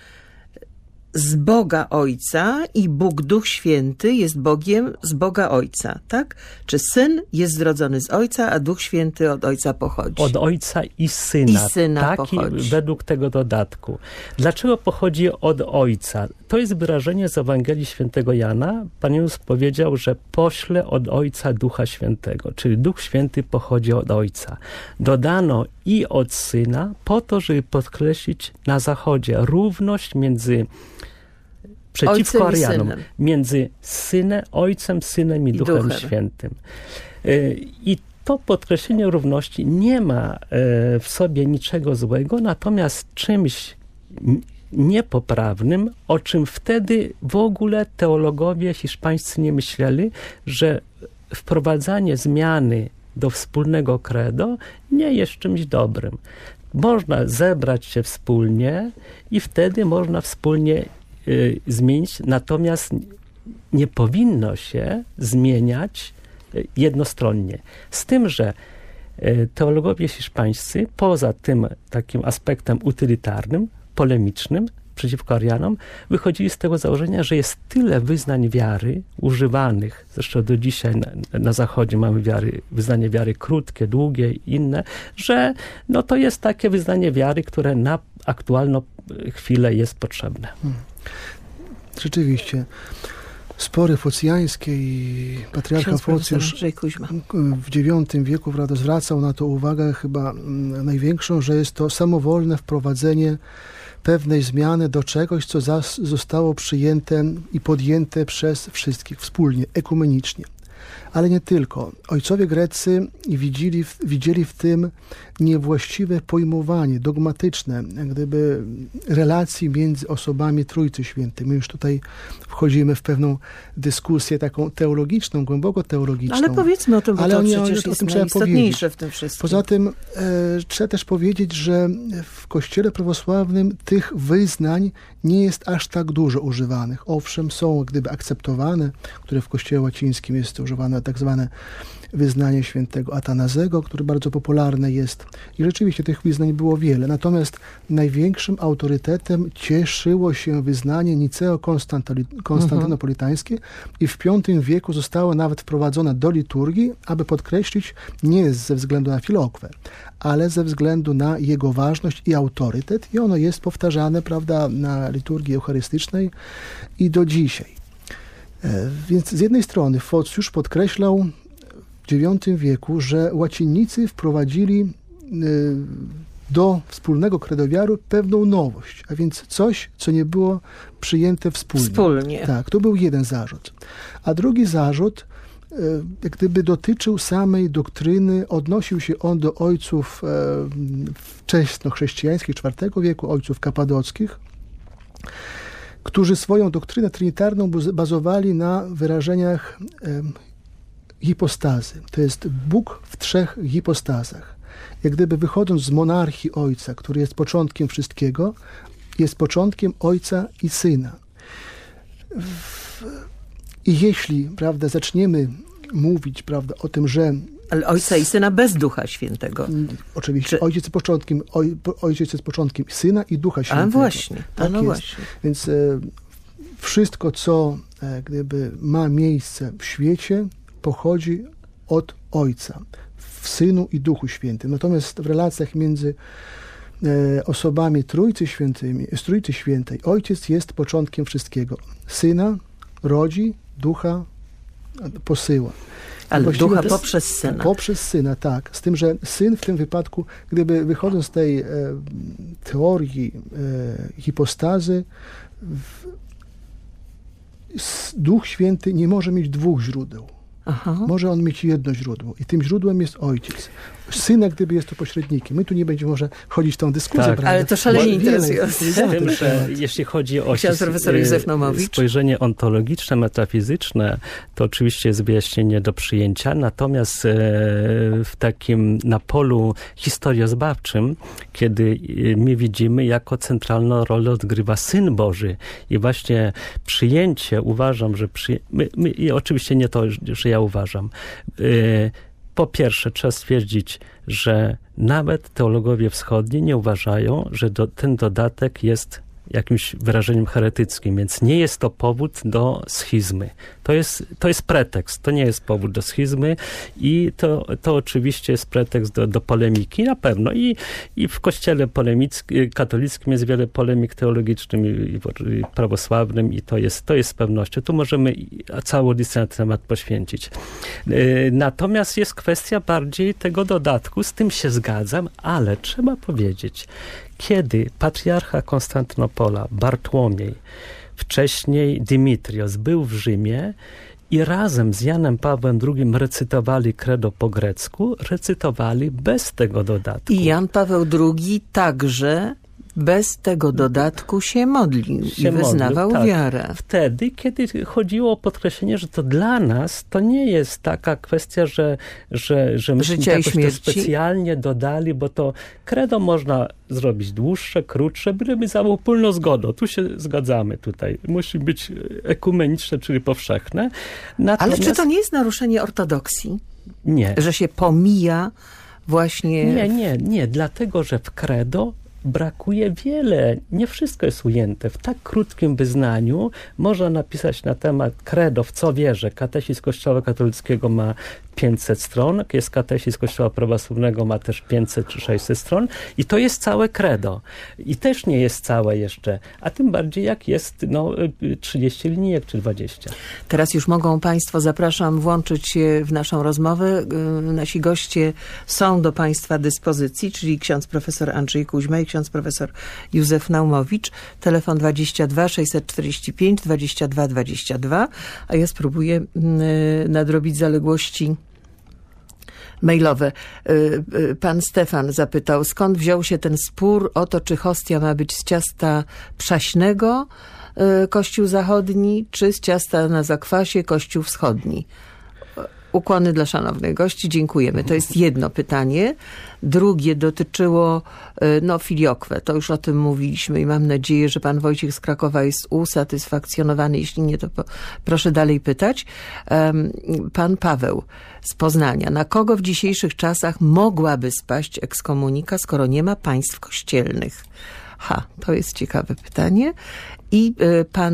z Boga Ojca i Bóg Duch Święty jest Bogiem z Boga Ojca, tak? Czy Syn jest zrodzony z Ojca, a Duch Święty od Ojca pochodzi? Od Ojca i Syna. I Syna taki pochodzi. Według tego dodatku. Dlaczego pochodzi od Ojca? to jest wyrażenie z Ewangelii Świętego Jana. Pan Jezus powiedział, że pośle od Ojca Ducha Świętego, czyli Duch Święty pochodzi od Ojca. Dodano i od Syna po to, żeby podkreślić na Zachodzie równość między przeciwko Arianom, między synem, Ojcem, Synem i, I Duchem, Duchem Świętym. I to podkreślenie równości nie ma w sobie niczego złego, natomiast czymś niepoprawnym, o czym wtedy w ogóle teologowie hiszpańscy nie myśleli, że wprowadzanie zmiany do wspólnego credo nie jest czymś dobrym. Można zebrać się wspólnie i wtedy można wspólnie y, zmienić, natomiast nie powinno się zmieniać jednostronnie. Z tym, że teologowie hiszpańscy, poza tym takim aspektem utylitarnym, polemicznym przeciwko Arianom, wychodzili z tego założenia, że jest tyle wyznań wiary używanych, zresztą do dzisiaj na, na Zachodzie mamy wiary, wyznanie wiary krótkie, długie, inne, że no to jest takie wyznanie wiary, które na aktualną chwilę jest potrzebne. Hmm. Rzeczywiście. Spory focjańskie i patriarcha Focjusz w dziewiątym wieku prawda, zwracał na to uwagę chyba największą, że jest to samowolne wprowadzenie pewnej zmiany do czegoś, co zostało przyjęte i podjęte przez wszystkich wspólnie, ekumenicznie. Ale nie tylko. Ojcowie greccy widzieli w, widzieli w tym niewłaściwe pojmowanie dogmatyczne, jak gdyby relacji między osobami Trójcy Świętej. My już tutaj wchodzimy w pewną dyskusję taką teologiczną, głęboko teologiczną. Ale powiedzmy o tym, bo Ale to oni, przecież o jest tym trzeba najistotniejsze powiedzieć. w tym wszystkim. Poza tym e, trzeba też powiedzieć, że w Kościele prawosławnym tych wyznań nie jest aż tak dużo używanych. Owszem, są jak gdyby akceptowane, które w Kościele łacińskim jest używane tak zwane wyznanie świętego Atanazego, które bardzo popularne jest. I rzeczywiście tych wyznań było wiele. Natomiast największym autorytetem cieszyło się wyznanie niceo-konstantynopolitańskie mhm. i w piątym wieku zostało nawet wprowadzone do liturgii, aby podkreślić nie ze względu na Filokwę, ale ze względu na jego ważność i autorytet. I ono jest powtarzane, prawda, na liturgii eucharystycznej i do dzisiaj. Więc z jednej strony Focjusz podkreślał w dziewiątym wieku, że łacinnicy wprowadzili do wspólnego kredowiaru pewną nowość, a więc coś, co nie było przyjęte wspólnie. Wspólnie. Tak, to był jeden zarzut. A drugi zarzut, jak gdyby dotyczył samej doktryny, odnosił się on do ojców wczesnochrześcijańskich czwartego wieku, ojców kapadockich, którzy swoją doktrynę trinitarną bazowali na wyrażeniach e, hipostazy. To jest Bóg w trzech hipostazach. Jak gdyby wychodząc z monarchii Ojca, który jest początkiem wszystkiego, jest początkiem Ojca i Syna. W, I jeśli, prawda, zaczniemy mówić, prawda, o tym, że ale Ojca i Syna bez Ducha Świętego. Oczywiście. Czy... Ojciec jest początkiem, oj, ojciec jest początkiem Syna i Ducha Świętego. A właśnie. Tak A no jest. właśnie. Więc e, wszystko, co e, gdyby ma miejsce w świecie, pochodzi od Ojca, w Synu i Duchu Świętym. Natomiast w relacjach między e, osobami Trójcy Świętymi, z Trójcy Świętej, Ojciec jest początkiem wszystkiego. Syna rodzi, Ducha posyła. Ale Ducha poprzez Syna. Poprzez Syna, tak. Z tym, że Syn w tym wypadku, gdyby wychodząc z tej e, teorii e, hipostazy, w, Duch Święty nie może mieć dwóch źródeł. Aha. Może on mieć jedno źródło i tym źródłem jest Ojciec. Syn, jak gdyby jest to pośrednikiem. My tu nie będziemy może chodzić w tą dyskusję. Tak. Ale to szalenie interesujące. Z tym, że jeśli chodzi o spojrzenie ontologiczne, metafizyczne, to oczywiście jest wyjaśnienie do przyjęcia, natomiast w takim na polu historiozbawczym, kiedy my widzimy, jako centralną rolę odgrywa Syn Boży i właśnie przyjęcie, uważam, że przy, my, my, i oczywiście nie to, że ja uważam, yy, po pierwsze, trzeba stwierdzić, że nawet teologowie wschodni nie uważają, że do, ten dodatek jest jakimś wyrażeniem heretyckim, więc nie jest to powód do schizmy. To jest, to jest pretekst, to nie jest powód do schizmy i to, to oczywiście jest pretekst do, do polemiki, na pewno. I, i w kościele polemickim, katolickim jest wiele polemik teologicznym i, i, i prawosławnym i to jest, to jest z pewnością. Tu możemy całą listę na temat poświęcić. Natomiast jest kwestia bardziej tego dodatku, z tym się zgadzam, ale trzeba powiedzieć, kiedy patriarcha Konstantynopola, Bartłomiej, wcześniej Dimitrios był w Rzymie i razem z Janem Pawłem drugim recytowali credo po grecku, recytowali bez tego dodatku. I Jan Paweł drugi także bez tego dodatku się modlił się i wyznawał modlił, tak. wiarę. Wtedy, kiedy chodziło o podkreślenie, że to dla nas to nie jest taka kwestia, że, że, że myśmy Życia i jakoś to śmierci. specjalnie dodali, bo to credo można zrobić dłuższe, krótsze, byleby za wspólną zgodą. Tu się zgadzamy tutaj. Musi być ekumeniczne, czyli powszechne. Natomiast... Ale czy to nie jest naruszenie ortodoksji? Nie. Że się pomija właśnie... Nie, nie, nie. Dlatego, że w credo brakuje wiele, nie wszystko jest ujęte. W tak krótkim wyznaniu można napisać na temat credo, w co wierzę. Katechizm Kościoła katolickiego ma pięćset stron, jest katechizm Kościoła prawosławnego, ma też pięćset czy sześćset stron i to jest całe credo. I też nie jest całe jeszcze, a tym bardziej jak jest no, trzydzieści linijek czy dwadzieścia. Teraz już mogą Państwo, zapraszam, włączyć się w naszą rozmowę. Nasi goście są do Państwa dyspozycji, czyli ksiądz profesor Andrzej Kuźma i ksiądz profesor Józef Naumowicz. Telefon dwadzieścia dwa sześćset czterdzieści pięć dwadzieścia dwa dwadzieścia dwa, a ja spróbuję nadrobić zaległości mailowe. Pan Stefan zapytał, skąd wziął się ten spór o to, czy hostia ma być z ciasta przaśnego, Kościół zachodni, czy z ciasta na zakwasie, Kościół wschodni. Ukłony dla szanownych gości, dziękujemy. To jest jedno pytanie. Drugie dotyczyło no, filiokwę. To już o tym mówiliśmy i mam nadzieję, że pan Wojciech z Krakowa jest usatysfakcjonowany. Jeśli nie, to po, proszę dalej pytać. Um, pan Paweł z Poznania. Na kogo w dzisiejszych czasach mogłaby spaść ekskomunika, skoro nie ma państw kościelnych? Ha, to jest ciekawe pytanie. I y, pan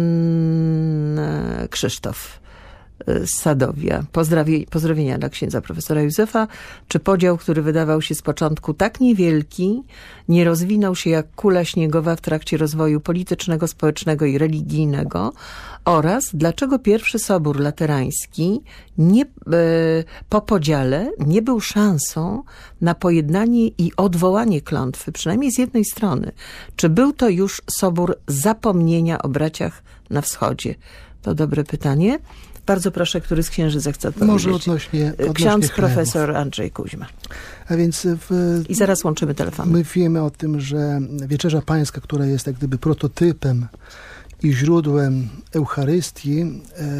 y, Krzysztof z Sadowia. Pozdrowie, pozdrowienia dla księdza profesora Józefa. Czy podział, który wydawał się z początku tak niewielki, nie rozwinął się jak kula śniegowa w trakcie rozwoju politycznego, społecznego i religijnego? Oraz dlaczego pierwszy Sobór Laterański nie, e, po podziale nie był szansą na pojednanie i odwołanie klątwy, przynajmniej z jednej strony? Czy był to już Sobór zapomnienia o braciach na wschodzie? To dobre pytanie. Bardzo proszę, który z księży zechce odpowiedzieć. Może odnośnie, odnośnie Ksiądz chlebów. profesor Andrzej Kuźma. A więc w, I zaraz łączymy telefon. My wiemy o tym, że Wieczerza Pańska, która jest jak gdyby prototypem i źródłem Eucharystii,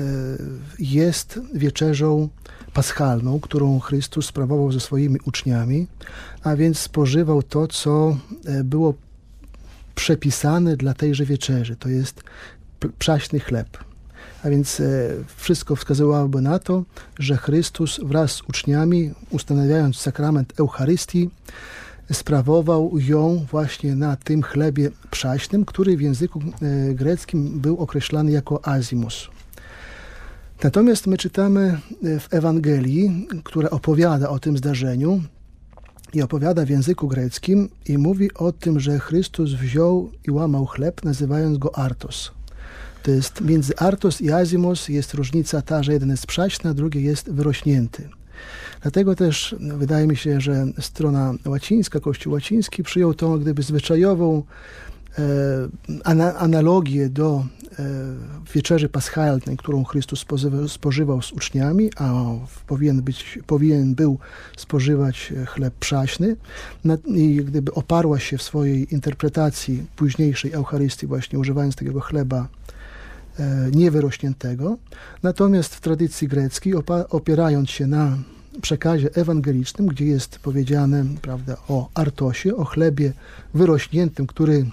jest wieczerzą paschalną, którą Chrystus sprawował ze swoimi uczniami, a więc spożywał to, co było przepisane dla tejże wieczerzy. To jest przaśny chleb. A więc wszystko wskazywałoby na to, że Chrystus wraz z uczniami, ustanawiając sakrament Eucharystii, sprawował ją właśnie na tym chlebie przaśnym, który w języku greckim był określany jako azimus. Natomiast my czytamy w Ewangelii, która opowiada o tym zdarzeniu i opowiada w języku greckim i mówi o tym, że Chrystus wziął i łamał chleb, nazywając go artos. To jest między artos i azimos jest różnica ta, że jeden jest przaśny, a drugi jest wyrośnięty. Dlatego też wydaje mi się, że strona łacińska, Kościół łaciński przyjął tą gdyby zwyczajową e, ana, analogię do e, wieczerzy paschalnej, którą Chrystus spożywał, spożywał z uczniami, a powinien, być, powinien był spożywać chleb przaśny na, i gdyby oparła się w swojej interpretacji późniejszej Eucharystii właśnie używając takiego chleba niewyrośniętego. Natomiast w tradycji greckiej, opierając się na przekazie ewangelicznym, gdzie jest powiedziane, prawda, o artosie, o chlebie wyrośniętym, który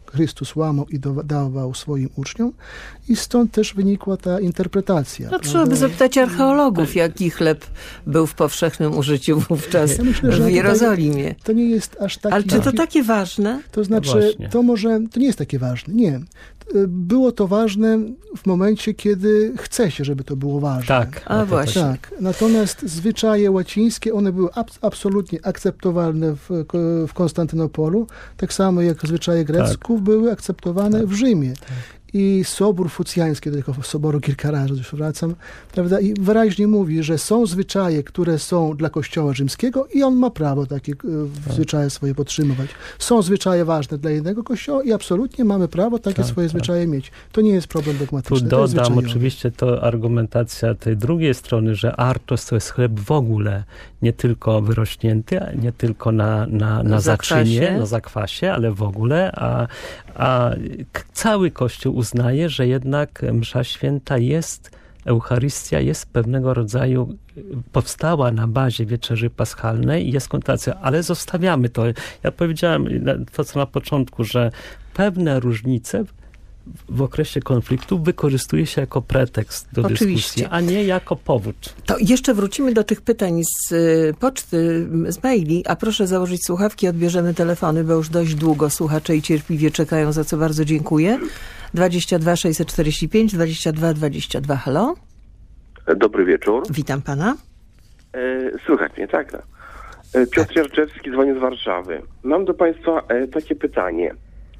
Chrystus łamał i dawał swoim uczniom i stąd też wynikła ta interpretacja. No, trzeba by zapytać archeologów, jaki chleb był w powszechnym użyciu wówczas ja myślę, że w Jerozolimie. To nie jest aż takie... Ale czy to takie ważne? To znaczy, no to może, to nie jest takie ważne, nie. Było to ważne w momencie, kiedy chce się, żeby to było ważne. Tak. A właśnie. Tak. Natomiast zwyczaje łacińskie, one były ab- absolutnie akceptowalne w, w Konstantynopolu, tak samo jak zwyczaje grecków tak. były akceptowane tak. w Rzymie. Tak. I Sobór Fucjański, do tego soboru kilka razy już wracam, prawda, i wyraźnie mówi, że są zwyczaje, które są dla Kościoła rzymskiego i on ma prawo takie tak. zwyczaje swoje podtrzymywać. Są zwyczaje ważne dla jednego Kościoła i absolutnie mamy prawo takie tak, swoje tak. zwyczaje mieć. To nie jest problem dogmatyczny. Tu dodam oczywiście to argumentacja tej drugiej strony, że artos to jest chleb w ogóle nie tylko wyrośnięty, nie tylko na, na, na zaczynie, na zakwasie, ale w ogóle, a, a cały Kościół uznaje, że jednak msza święta jest, Eucharystia jest pewnego rodzaju, powstała na bazie wieczerzy paschalnej i jest kontynuacja, ale zostawiamy to. Ja powiedziałem to, co na początku, że pewne różnice w okresie konfliktu wykorzystuje się jako pretekst do Oczywiście. dyskusji, a nie jako powód. To jeszcze wrócimy do tych pytań z y, poczty, z maili, a proszę założyć słuchawki, odbierzemy telefony, bo już dość długo słuchacze i cierpliwie czekają, za co bardzo dziękuję. dwadzieścia dwa sześćset czterdzieści pięć, dwadzieścia dwa dwadzieścia dwa, halo? Dobry wieczór. Witam pana. E, słychać mnie, tak? E, Piotr Jarczewski, dzwonię z Warszawy. Mam do państwa e, takie pytanie.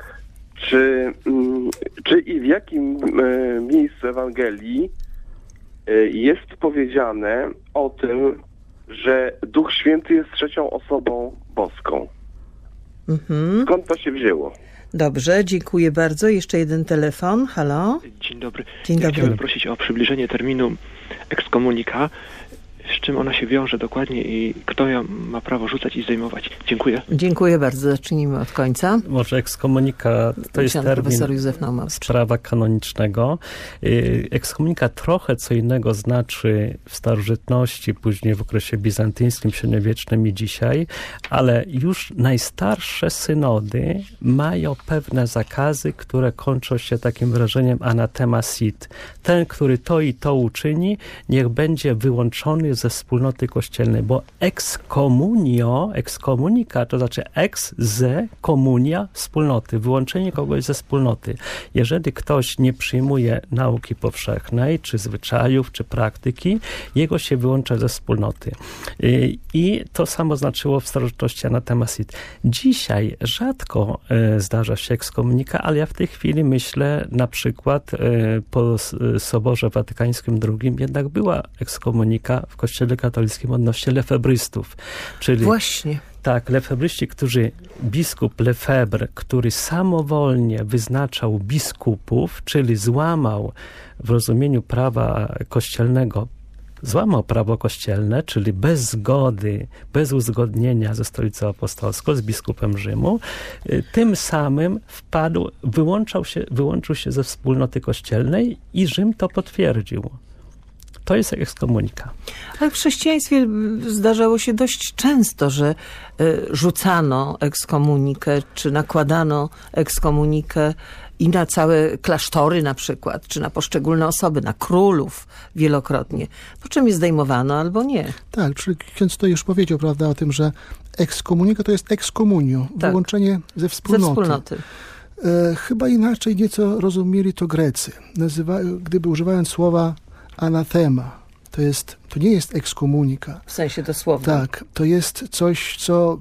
Czy, m, czy i w jakim e, miejscu Ewangelii e, jest powiedziane o tym, że Duch Święty jest trzecią osobą boską? Mhm. Skąd to się wzięło? Dobrze, dziękuję bardzo. Jeszcze jeden telefon. Halo? Dzień dobry. Dzień dobry. Ja chciałbym prosić o przybliżenie terminu ekskomunika, z czym ona się wiąże dokładnie i kto ją ma prawo rzucać i zdejmować. Dziękuję. Dziękuję bardzo. Zacznijmy od końca. Może ekskomunika to jest termin z prawa kanonicznego. Ekskomunika trochę co innego znaczy w starożytności, później w okresie bizantyjskim, średniowiecznym i dzisiaj, ale już najstarsze synody mają pewne zakazy, które kończą się takim wyrażeniem anathema sit. Ten, który to i to uczyni, niech będzie wyłączony ze wspólnoty kościelnej, bo excommunio, exkomunika, to znaczy ex ze komunia wspólnoty, wyłączenie kogoś ze wspólnoty. Jeżeli ktoś nie przyjmuje nauki powszechnej, czy zwyczajów, czy praktyki, jego się wyłącza ze wspólnoty. I, i to samo znaczyło w starożytności anathema sit. Dzisiaj rzadko e, zdarza się ekskomunika, ale ja w tej chwili myślę na przykład e, po Soborze Watykańskim drugim jednak była ekskomunika w Kościele katolickim odnośnie lefebrystów. Czyli Właśnie. Tak, lefebryści, którzy, biskup Lefebvre, który samowolnie wyznaczał biskupów, czyli złamał w rozumieniu prawa kościelnego, złamał prawo kościelne, czyli bez zgody, bez uzgodnienia ze Stolicą Apostolską, z biskupem Rzymu, tym samym wpadł, wyłączał się, wyłączył się ze wspólnoty kościelnej i Rzym to potwierdził. To jest ekskomunika. Ale w chrześcijaństwie zdarzało się dość często, że y, rzucano ekskomunikę, czy nakładano ekskomunikę i na całe klasztory na przykład, czy na poszczególne osoby, na królów wielokrotnie. Po czym je zdejmowano albo nie. Tak, czyli ksiądz to już powiedział, prawda, o tym, że ekskomunika to jest ekskomunio, tak. wyłączenie ze wspólnoty. Ze wspólnoty. E, chyba inaczej nieco rozumieli to Grecy. Nazywa, gdyby używając słowa anathema, to jest, to nie jest ekskomunika. W sensie dosłownym. Tak, to jest coś, co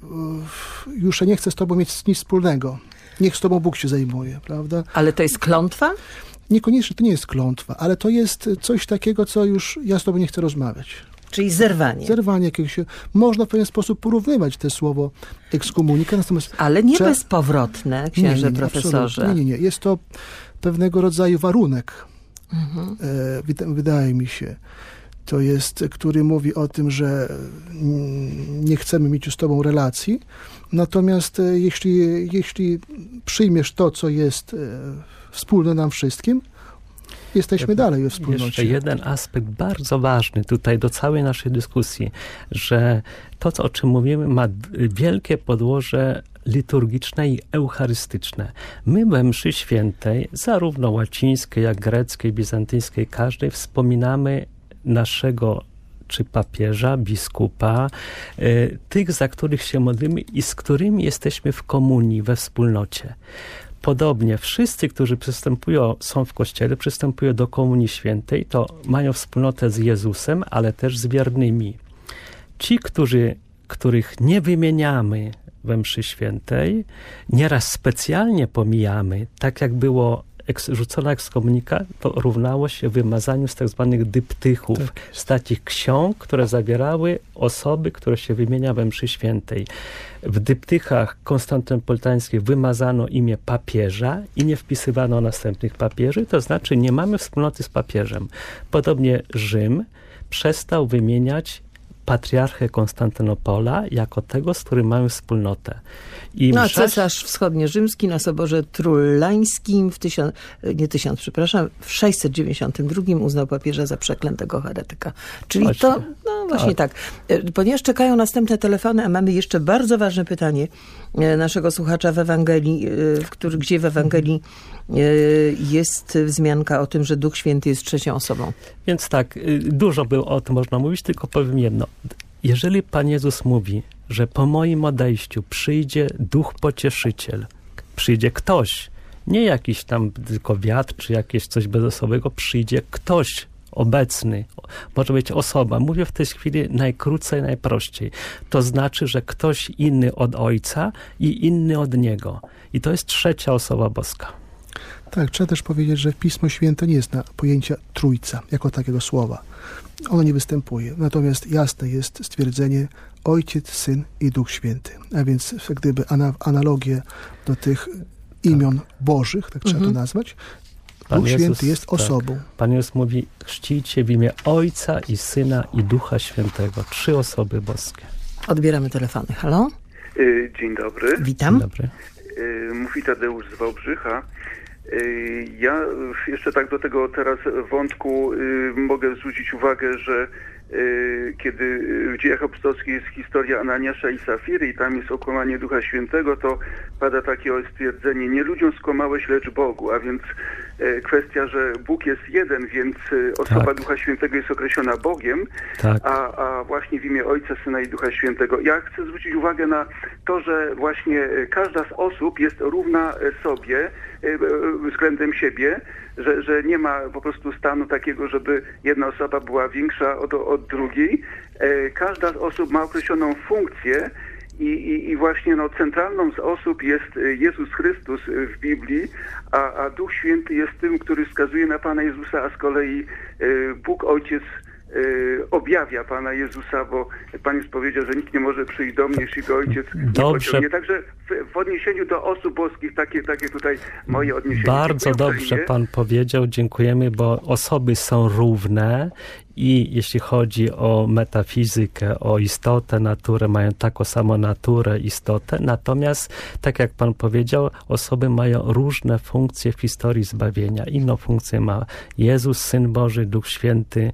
już nie chce z tobą mieć nic wspólnego. Niech z tobą Bóg się zajmuje, prawda? Ale to jest klątwa? Niekoniecznie to nie jest klątwa, ale to jest coś takiego, co już ja z tobą nie chcę rozmawiać. Czyli zerwanie. Zerwanie jakiegoś. Można w pewien sposób porównywać te słowo ekskomunika. Natomiast ale nie trzeba... bezpowrotne, księże nie, nie, nie, profesorze. Nie, nie, nie. Jest to pewnego rodzaju warunek. Mhm. E, wydaje mi się. To jest, który mówi o tym, że nie chcemy mieć z tobą relacji. Natomiast jeśli, jeśli przyjmiesz to, co jest wspólne nam wszystkim, jesteśmy dalej we wspólnocie. Jeszcze jeden aspekt bardzo ważny tutaj do całej naszej dyskusji, że to, o czym mówimy, ma wielkie podłoże liturgiczne i eucharystyczne. My we mszy świętej, zarówno łacińskiej, jak greckiej, bizantyjskiej, każdej wspominamy naszego czy papieża, biskupa, y, tych, za których się modlimy i z którymi jesteśmy w komunii, we wspólnocie. Podobnie wszyscy, którzy przystępują, są w Kościele, przystępują do Komunii Świętej, to mają wspólnotę z Jezusem, ale też z wiernymi. Ci, którzy, których nie wymieniamy we mszy świętej, nieraz specjalnie pomijamy, tak jak było eks, rzucona ekskomunika, to równało się wymazaniu z tak zwanych dyptychów, tak. z takich ksiąg, które zawierały osoby, które się wymienia we mszy świętej. W dyptychach konstantynopolitańskich wymazano imię papieża i nie wpisywano następnych papieży, to znaczy nie mamy wspólnoty z papieżem. Podobnie Rzym przestał wymieniać patriarchę Konstantynopola jako tego, z którym mamy wspólnotę. I no, a msza... cesarz wschodniorzymski na Soborze Trullańskim w tysiąc, nie tysiąc, przepraszam, w sześćset dziewięćdziesiątym drugim uznał papieża za przeklętego heretyka. Czyli właśnie. to, no właśnie tak. tak. Ponieważ czekają następne telefony, a mamy jeszcze bardzo ważne pytanie naszego słuchacza w Ewangelii, w który, gdzie w Ewangelii jest wzmianka o tym, że Duch Święty jest trzecią osobą. Więc tak, dużo było o tym można mówić, tylko powiem jedno. Jeżeli Pan Jezus mówi, że po moim odejściu przyjdzie Duch Pocieszyciel, przyjdzie ktoś, nie jakiś tam tylko wiatr, czy jakieś coś bezosobowego, przyjdzie ktoś obecny, może być osoba. Mówię w tej chwili najkrócej, najprościej. To znaczy, że ktoś inny od Ojca i inny od Niego. I to jest trzecia osoba boska. Tak, trzeba też powiedzieć, że Pismo Święte nie jest na pojęcia Trójca, jako takiego słowa. Ono nie występuje. Natomiast jasne jest stwierdzenie Ojciec, Syn i Duch Święty. A więc jak gdyby ana- analogię do tych imion tak. bożych, tak trzeba mhm. to nazwać. Pan Duch Jezus, Święty jest osobą. Tak. Pan Jezus mówi, chrzcijcie w imię Ojca i Syna i Ducha Świętego. Trzy osoby boskie. Odbieramy telefony. Halo? Dzień dobry. Witam. Dzień dobry. Mówi Tadeusz z Wałbrzycha. Ja jeszcze tak do tego teraz wątku mogę zwrócić uwagę, że kiedy w Dziejach Apostolskich jest historia Ananiasza i Safiry i tam jest okłamanie Ducha Świętego, to pada takie stwierdzenie, nie ludziom skłamałeś, lecz Bogu, a więc kwestia, że Bóg jest jeden, więc osoba tak. Ducha Świętego jest określona Bogiem, tak. a, a właśnie w imię Ojca, Syna i Ducha Świętego. Ja chcę zwrócić uwagę na to, że właśnie każda z osób jest równa sobie względem siebie, że, że nie ma po prostu stanu takiego, żeby jedna osoba była większa od, od drugiej. Każda z osób ma określoną funkcję i, i, i właśnie no, centralną z osób jest Jezus Chrystus w Biblii, a, a Duch Święty jest tym, który wskazuje na Pana Jezusa, a z kolei Bóg Ojciec objawia Pana Jezusa, bo Pan już powiedział, że nikt nie może przyjść do mnie, jeśli go Ojciec nie pociągnie. Także w, w odniesieniu do osób boskich takie, takie tutaj moje odniesienie. Bardzo dobrze Pan powiedział, dziękujemy, bo osoby są równe i jeśli chodzi o metafizykę, o istotę, naturę, mają taką samą naturę, istotę, natomiast, tak jak Pan powiedział, osoby mają różne funkcje w historii zbawienia. Inną funkcję ma Jezus, Syn Boży, Duch Święty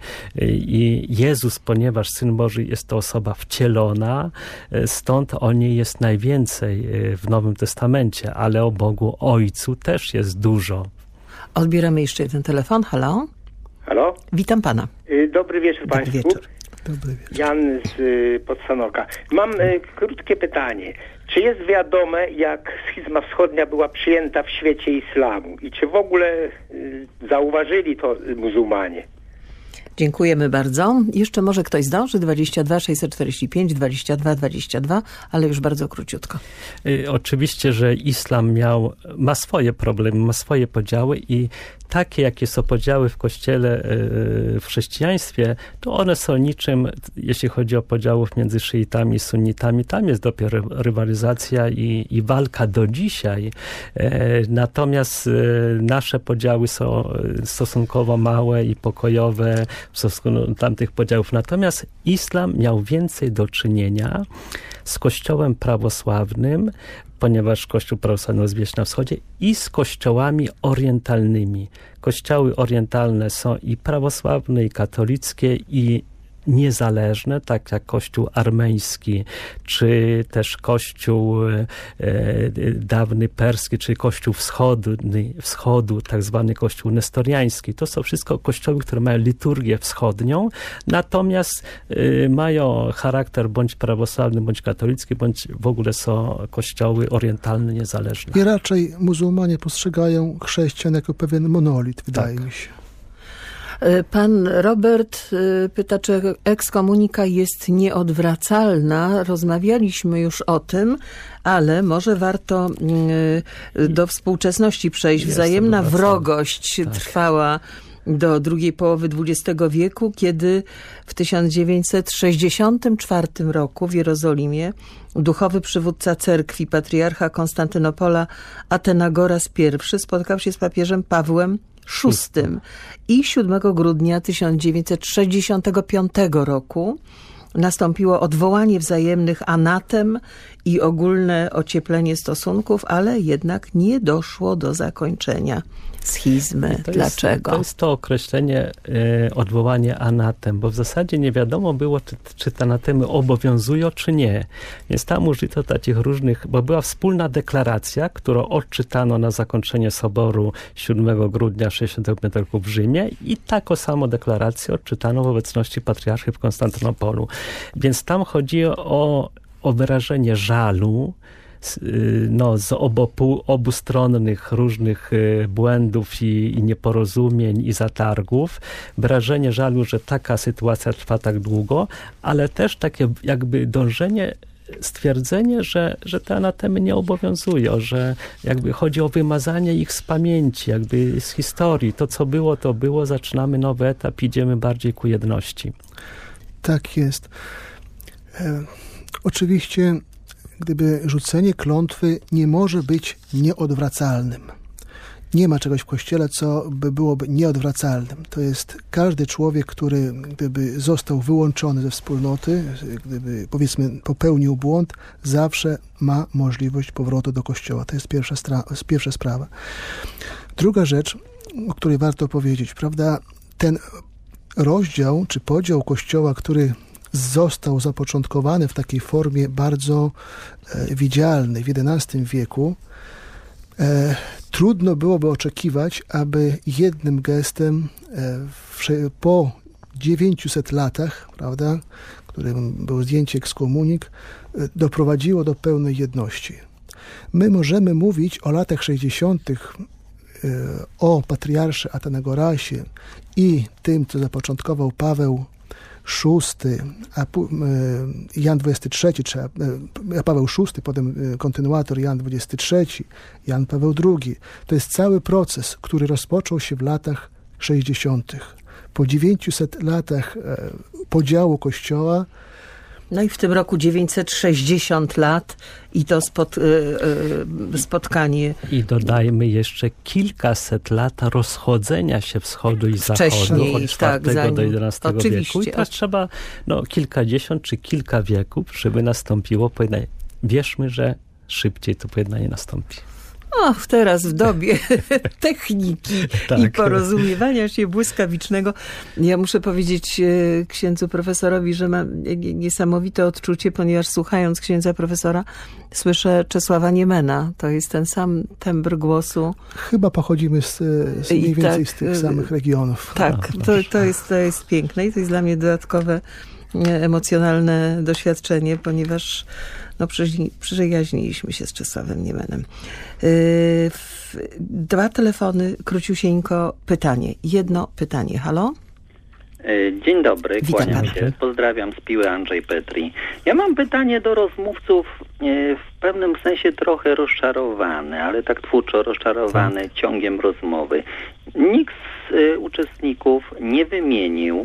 i Jezus, ponieważ Syn Boży jest to osoba wcielona, stąd o niej jest najwięcej w Nowym Testamencie, ale o Bogu Ojcu też jest dużo. Odbieramy jeszcze jeden telefon. Halo? Halo? Witam Pana. Dobry wieczór Dobry Państwu. Wieczór. Dobry wieczór. Jan z y, Podstanoka. Mam y, krótkie pytanie. Czy jest wiadome, jak schizma wschodnia była przyjęta w świecie islamu? I czy w ogóle y, zauważyli to muzułmanie? Dziękujemy bardzo. Jeszcze może ktoś zdąży? dwadzieścia dwa sześćset czterdzieści pięć dwadzieścia dwa dwadzieścia dwa, ale już bardzo króciutko. Y, oczywiście, że islam miał, ma swoje problemy, ma swoje podziały i takie, jakie są podziały w Kościele, w chrześcijaństwie, to one są niczym, jeśli chodzi o podziałów między szyitami i sunnitami. Tam jest dopiero rywalizacja i, i walka do dzisiaj. Natomiast nasze podziały są stosunkowo małe i pokojowe w stosunku do tamtych podziałów. Natomiast islam miał więcej do czynienia z Kościołem prawosławnym, ponieważ Kościół prawosławny rozwija się na wschodzie, i z kościołami orientalnymi. Kościoły orientalne są i prawosławne, i katolickie, i niezależne, tak jak Kościół armeński, czy też Kościół e, dawny perski, czy Kościół wschodni, wschodu, tak zwany Kościół nestoriański. To są wszystko kościoły, które mają liturgię wschodnią, natomiast e, mają charakter bądź prawosławny, bądź katolicki, bądź w ogóle są kościoły orientalne, niezależne. I raczej muzułmanie postrzegają chrześcijan jako pewien monolit, wydaje tak. mi się. Pan Robert pyta, czy ekskomunika jest nieodwracalna. Rozmawialiśmy już o tym, ale może warto do współczesności przejść. Jest Wzajemna wrogość tak. trwała do drugiej połowy dwudziestego wieku, kiedy w tysiąc dziewięćset sześćdziesiątym czwartym roku w Jerozolimie duchowy przywódca cerkwi, patriarcha Konstantynopola Athenagoras I spotkał się z papieżem Pawłem szóstym i siódmego grudnia tysiąc dziewięćset sześćdziesiątego piątego roku nastąpiło odwołanie wzajemnych anatem i ogólne ocieplenie stosunków, ale jednak nie doszło do zakończenia schizmy. To Dlaczego? Jest, to jest to określenie e, odwołanie anatem, bo w zasadzie nie wiadomo było, czy, czy te anatemy obowiązują, czy nie. Więc tam użyto takich różnych, bo była wspólna deklaracja, którą odczytano na zakończenie Soboru siódmego grudnia sześćdziesiątego piątego roku w Rzymie, i taką samą deklarację odczytano w obecności patriarchy w Konstantynopolu. Więc tam chodzi o, o wyrażenie żalu, no, z obu, obustronnych różnych błędów i, i nieporozumień i zatargów, wyrażenie żalu, że taka sytuacja trwa tak długo, ale też takie jakby dążenie, stwierdzenie, że, że te anatemy nie obowiązują, że jakby chodzi o wymazanie ich z pamięci, jakby z historii. To, co było, to było, zaczynamy nowy etap, idziemy bardziej ku jedności. Tak jest. E, oczywiście gdyby rzucenie klątwy nie może być nieodwracalnym. Nie ma czegoś w Kościele, co by byłoby nieodwracalnym. To jest każdy człowiek, który gdyby został wyłączony ze wspólnoty, gdyby powiedzmy popełnił błąd, zawsze ma możliwość powrotu do Kościoła. To jest pierwsza, stra- pierwsza sprawa. Druga rzecz, o której warto powiedzieć, prawda, ten rozdział czy podział Kościoła, który został zapoczątkowany w takiej formie bardzo e, widzialnej w jedenastym wieku, e, trudno byłoby oczekiwać, aby jednym gestem e, w, po dziewięciuset latach, prawda, którym było zdjęcie ekskomunik, e, doprowadziło do pełnej jedności. My możemy mówić o latach sześćdziesiątych, e, o patriarsze Athenagorasie i tym, co zapoczątkował Paweł szósty, a Jan dwudziesty trzeci, czy Paweł szósty, potem kontynuator Jan dwudziesty trzeci, Jan Paweł drugi. To jest cały proces, który rozpoczął się w latach sześćdziesiątych. Po dziewięciuset latach podziału Kościoła. No i w tym roku dziewięćset sześćdziesiąt lat i to spot, y, y, spotkanie. I dodajmy jeszcze kilkaset lat rozchodzenia się wschodu i zachodu wcześniej, od czwartego tak, do jedenastego oczywiście. wieku. I teraz trzeba no, kilkadziesiąt czy kilka wieków, żeby nastąpiło pojednanie. Wierzmy, że szybciej to pojednanie nastąpi. Och, teraz w dobie techniki tak. i porozumiewania się błyskawicznego. Ja muszę powiedzieć księdzu profesorowi, że mam niesamowite odczucie, ponieważ słuchając księdza profesora słyszę Czesława Niemena. To jest ten sam tembr głosu. Chyba pochodzimy z, z mniej więcej tak, z tych samych regionów. Tak, to, to, jest, to jest piękne i to jest dla mnie dodatkowe emocjonalne doświadczenie, ponieważ no, przyjaźniliśmy się z Czesławem Niemenem. Yy, dwa telefony, króciusieńko pytanie. Jedno pytanie. Halo? Dzień dobry, Witam kłaniam pana. się. Pozdrawiam z Piły, Andrzej Petri. Ja mam pytanie do rozmówców, w pewnym sensie trochę rozczarowany, ale tak twórczo rozczarowany tak. ciągiem rozmowy. Nikt z y, uczestników nie wymienił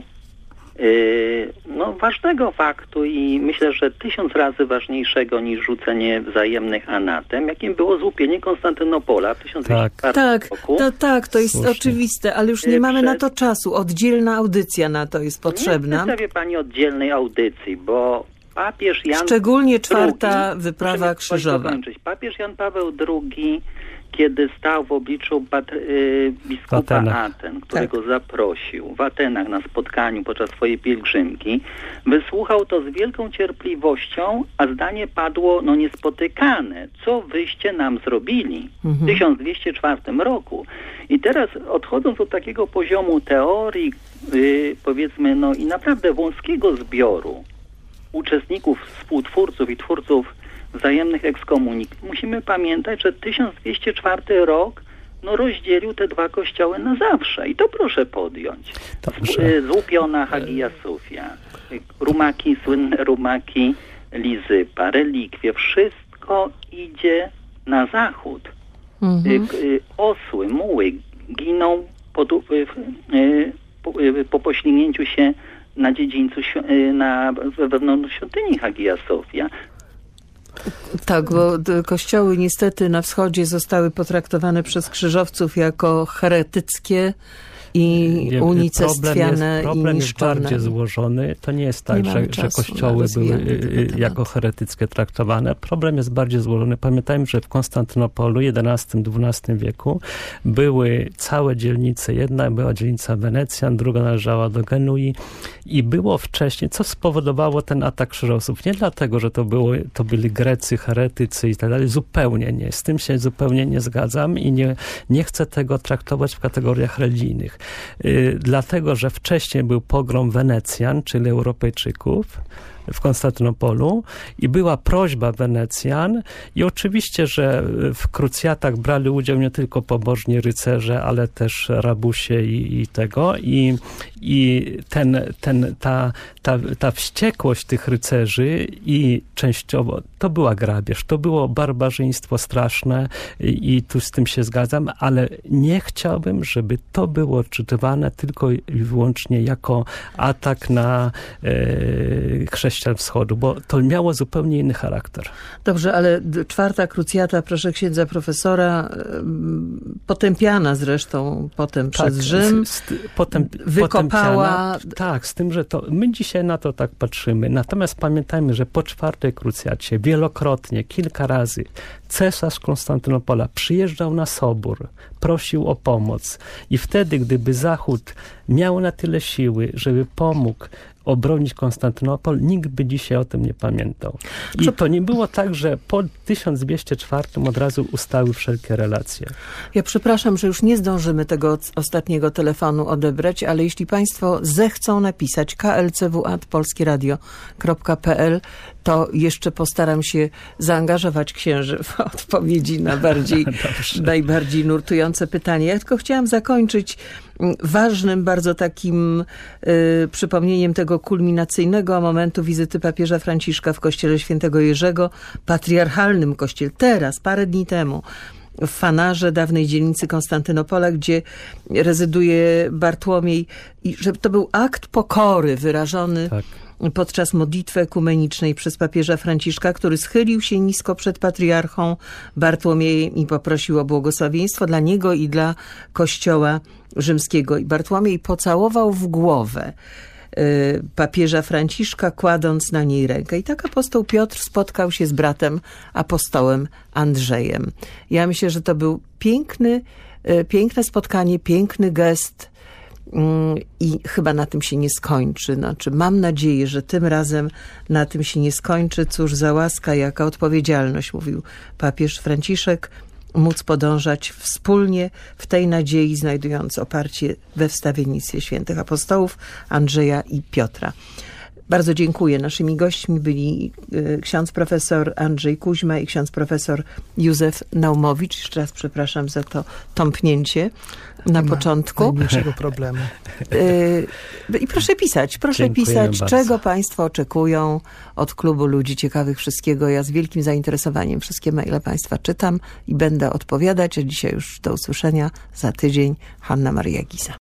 no, ważnego faktu i myślę, że tysiąc razy ważniejszego niż rzucenie wzajemnych anatem, jakim było złupienie Konstantynopola w tysiąc dwieście czwartym tak, roku. To, tak, to jest Słusznie. oczywiste, ale już nie mamy na to czasu. Oddzielna audycja na to jest potrzebna. Nie przedstawię pani oddzielnej audycji, bo papież Jan Szczególnie czwarta drugi, wyprawa krzyżowa. Papież Jan Paweł drugi, kiedy stał w obliczu pat, y, biskupa Aten, którego tak. zaprosił w Atenach na spotkaniu podczas swojej pielgrzymki, wysłuchał to z wielką cierpliwością, a zdanie padło no niespotykane. Co wyście nam zrobili mhm. w tysiąc dwieście czwartym roku? I teraz odchodząc od takiego poziomu teorii, y, powiedzmy, no i naprawdę wąskiego zbioru uczestników, współtwórców i twórców wzajemnych ekskomunik, musimy pamiętać, że tysiąc dwieście czwarty rok no, rozdzielił te dwa kościoły na zawsze. I to proszę podjąć. Dobrze. Złupiona Hagia Sofia, rumaki, słynne rumaki Lizypa, relikwie, wszystko idzie na zachód. Mhm. Osły, muły giną po, po, po poślinięciu się na dziedzińcu, na wewnątrz świątyni Hagia Sofia. Tak, bo kościoły niestety na wschodzie zostały potraktowane przez krzyżowców jako heretyckie i nie, unicestwiane problem jest, i niszczone. Problem jest bardziej złożony. To nie jest tak, nie że, że kościoły były jako heretyckie traktowane. Problem jest bardziej złożony. Pamiętajmy, że w Konstantynopolu w jedenastym dwunastym wieku były całe dzielnice. Jedna była dzielnica Wenecjan, druga należała do Genui i było wcześniej, co spowodowało ten atak krzyżowców. Nie dlatego, że to, było, to byli Grecy, heretycy i tak dalej. Zupełnie nie. Z tym się zupełnie nie zgadzam i nie, nie chcę tego traktować w kategoriach religijnych. Yy, dlatego, że wcześniej był pogrom Wenecjan, czyli Europejczyków w Konstantynopolu i była prośba Wenecjan i oczywiście, że w krucjatach brali udział nie tylko pobożni rycerze, ale też rabusie i, i tego i, i ten, ten, ta, ta, ta wściekłość tych rycerzy i częściowo to była grabież, to było barbarzyństwo straszne i, i tu z tym się zgadzam, ale nie chciałbym, żeby to było odczytywane tylko i wyłącznie jako atak na e, chrześcijan wschodu, bo to miało zupełnie inny charakter. Dobrze, ale czwarta krucjata, proszę księdza profesora, potępiana zresztą potem tak, przez Rzym, z, z, potem, wykopała... Tak, z tym, że to my dzisiaj na to tak patrzymy. Natomiast pamiętajmy, że po czwartej krucjacie wielokrotnie, kilka razy cesarz Konstantynopola przyjeżdżał na sobór, prosił o pomoc i wtedy, gdyby Zachód miał na tyle siły, żeby pomógł obronić Konstantynopol, nikt by dzisiaj o tym nie pamiętał. I to nie było tak, że po tysiąc dwieście czwartym od razu ustały wszelkie relacje. Ja przepraszam, że już nie zdążymy tego ostatniego telefonu odebrać, ale jeśli państwo zechcą napisać k l c w at polskie radio kropka p l, to jeszcze postaram się zaangażować księży w odpowiedzi na bardziej, najbardziej nurtujące pytanie. Ja tylko chciałam zakończyć ważnym bardzo takim y, przypomnieniem tego kulminacyjnego momentu wizyty papieża Franciszka w kościele świętego Jerzego, patriarchalnym kościele, teraz, parę dni temu, w Fanarze, dawnej dzielnicy Konstantynopola, gdzie rezyduje Bartłomiej, i że to był akt pokory wyrażony tak. podczas modlitwy ekumenicznej przez papieża Franciszka, który schylił się nisko przed patriarchą Bartłomiejem i poprosił o błogosławieństwo dla niego i dla Kościoła rzymskiego. I Bartłomiej pocałował w głowę y, papieża Franciszka, kładąc na niej rękę. I tak apostoł Piotr spotkał się z bratem apostołem Andrzejem. Ja myślę, że to był piękny, y, piękne spotkanie, piękny gest, i chyba na tym się nie skończy. Znaczy, mam nadzieję, że tym razem na tym się nie skończy. Cóż za łaska, jaka odpowiedzialność, mówił papież Franciszek, móc podążać wspólnie w tej nadziei, znajdując oparcie we wstawiennictwie świętych apostołów Andrzeja i Piotra. Bardzo dziękuję. Naszymi gośćmi byli ksiądz profesor Andrzej Kuźma i ksiądz profesor Józef Naumowicz. Jeszcze raz przepraszam za to tąpnięcie na Nie początku. Nie ma najmniejszego problemu. I proszę pisać, proszę Dziękuję pisać, bardzo. Czego państwo oczekują od Klubu Ludzi Ciekawych Wszystkiego. Ja z wielkim zainteresowaniem wszystkie maile państwa czytam i będę odpowiadać. A dzisiaj już do usłyszenia za tydzień. Hanna Maria Giza.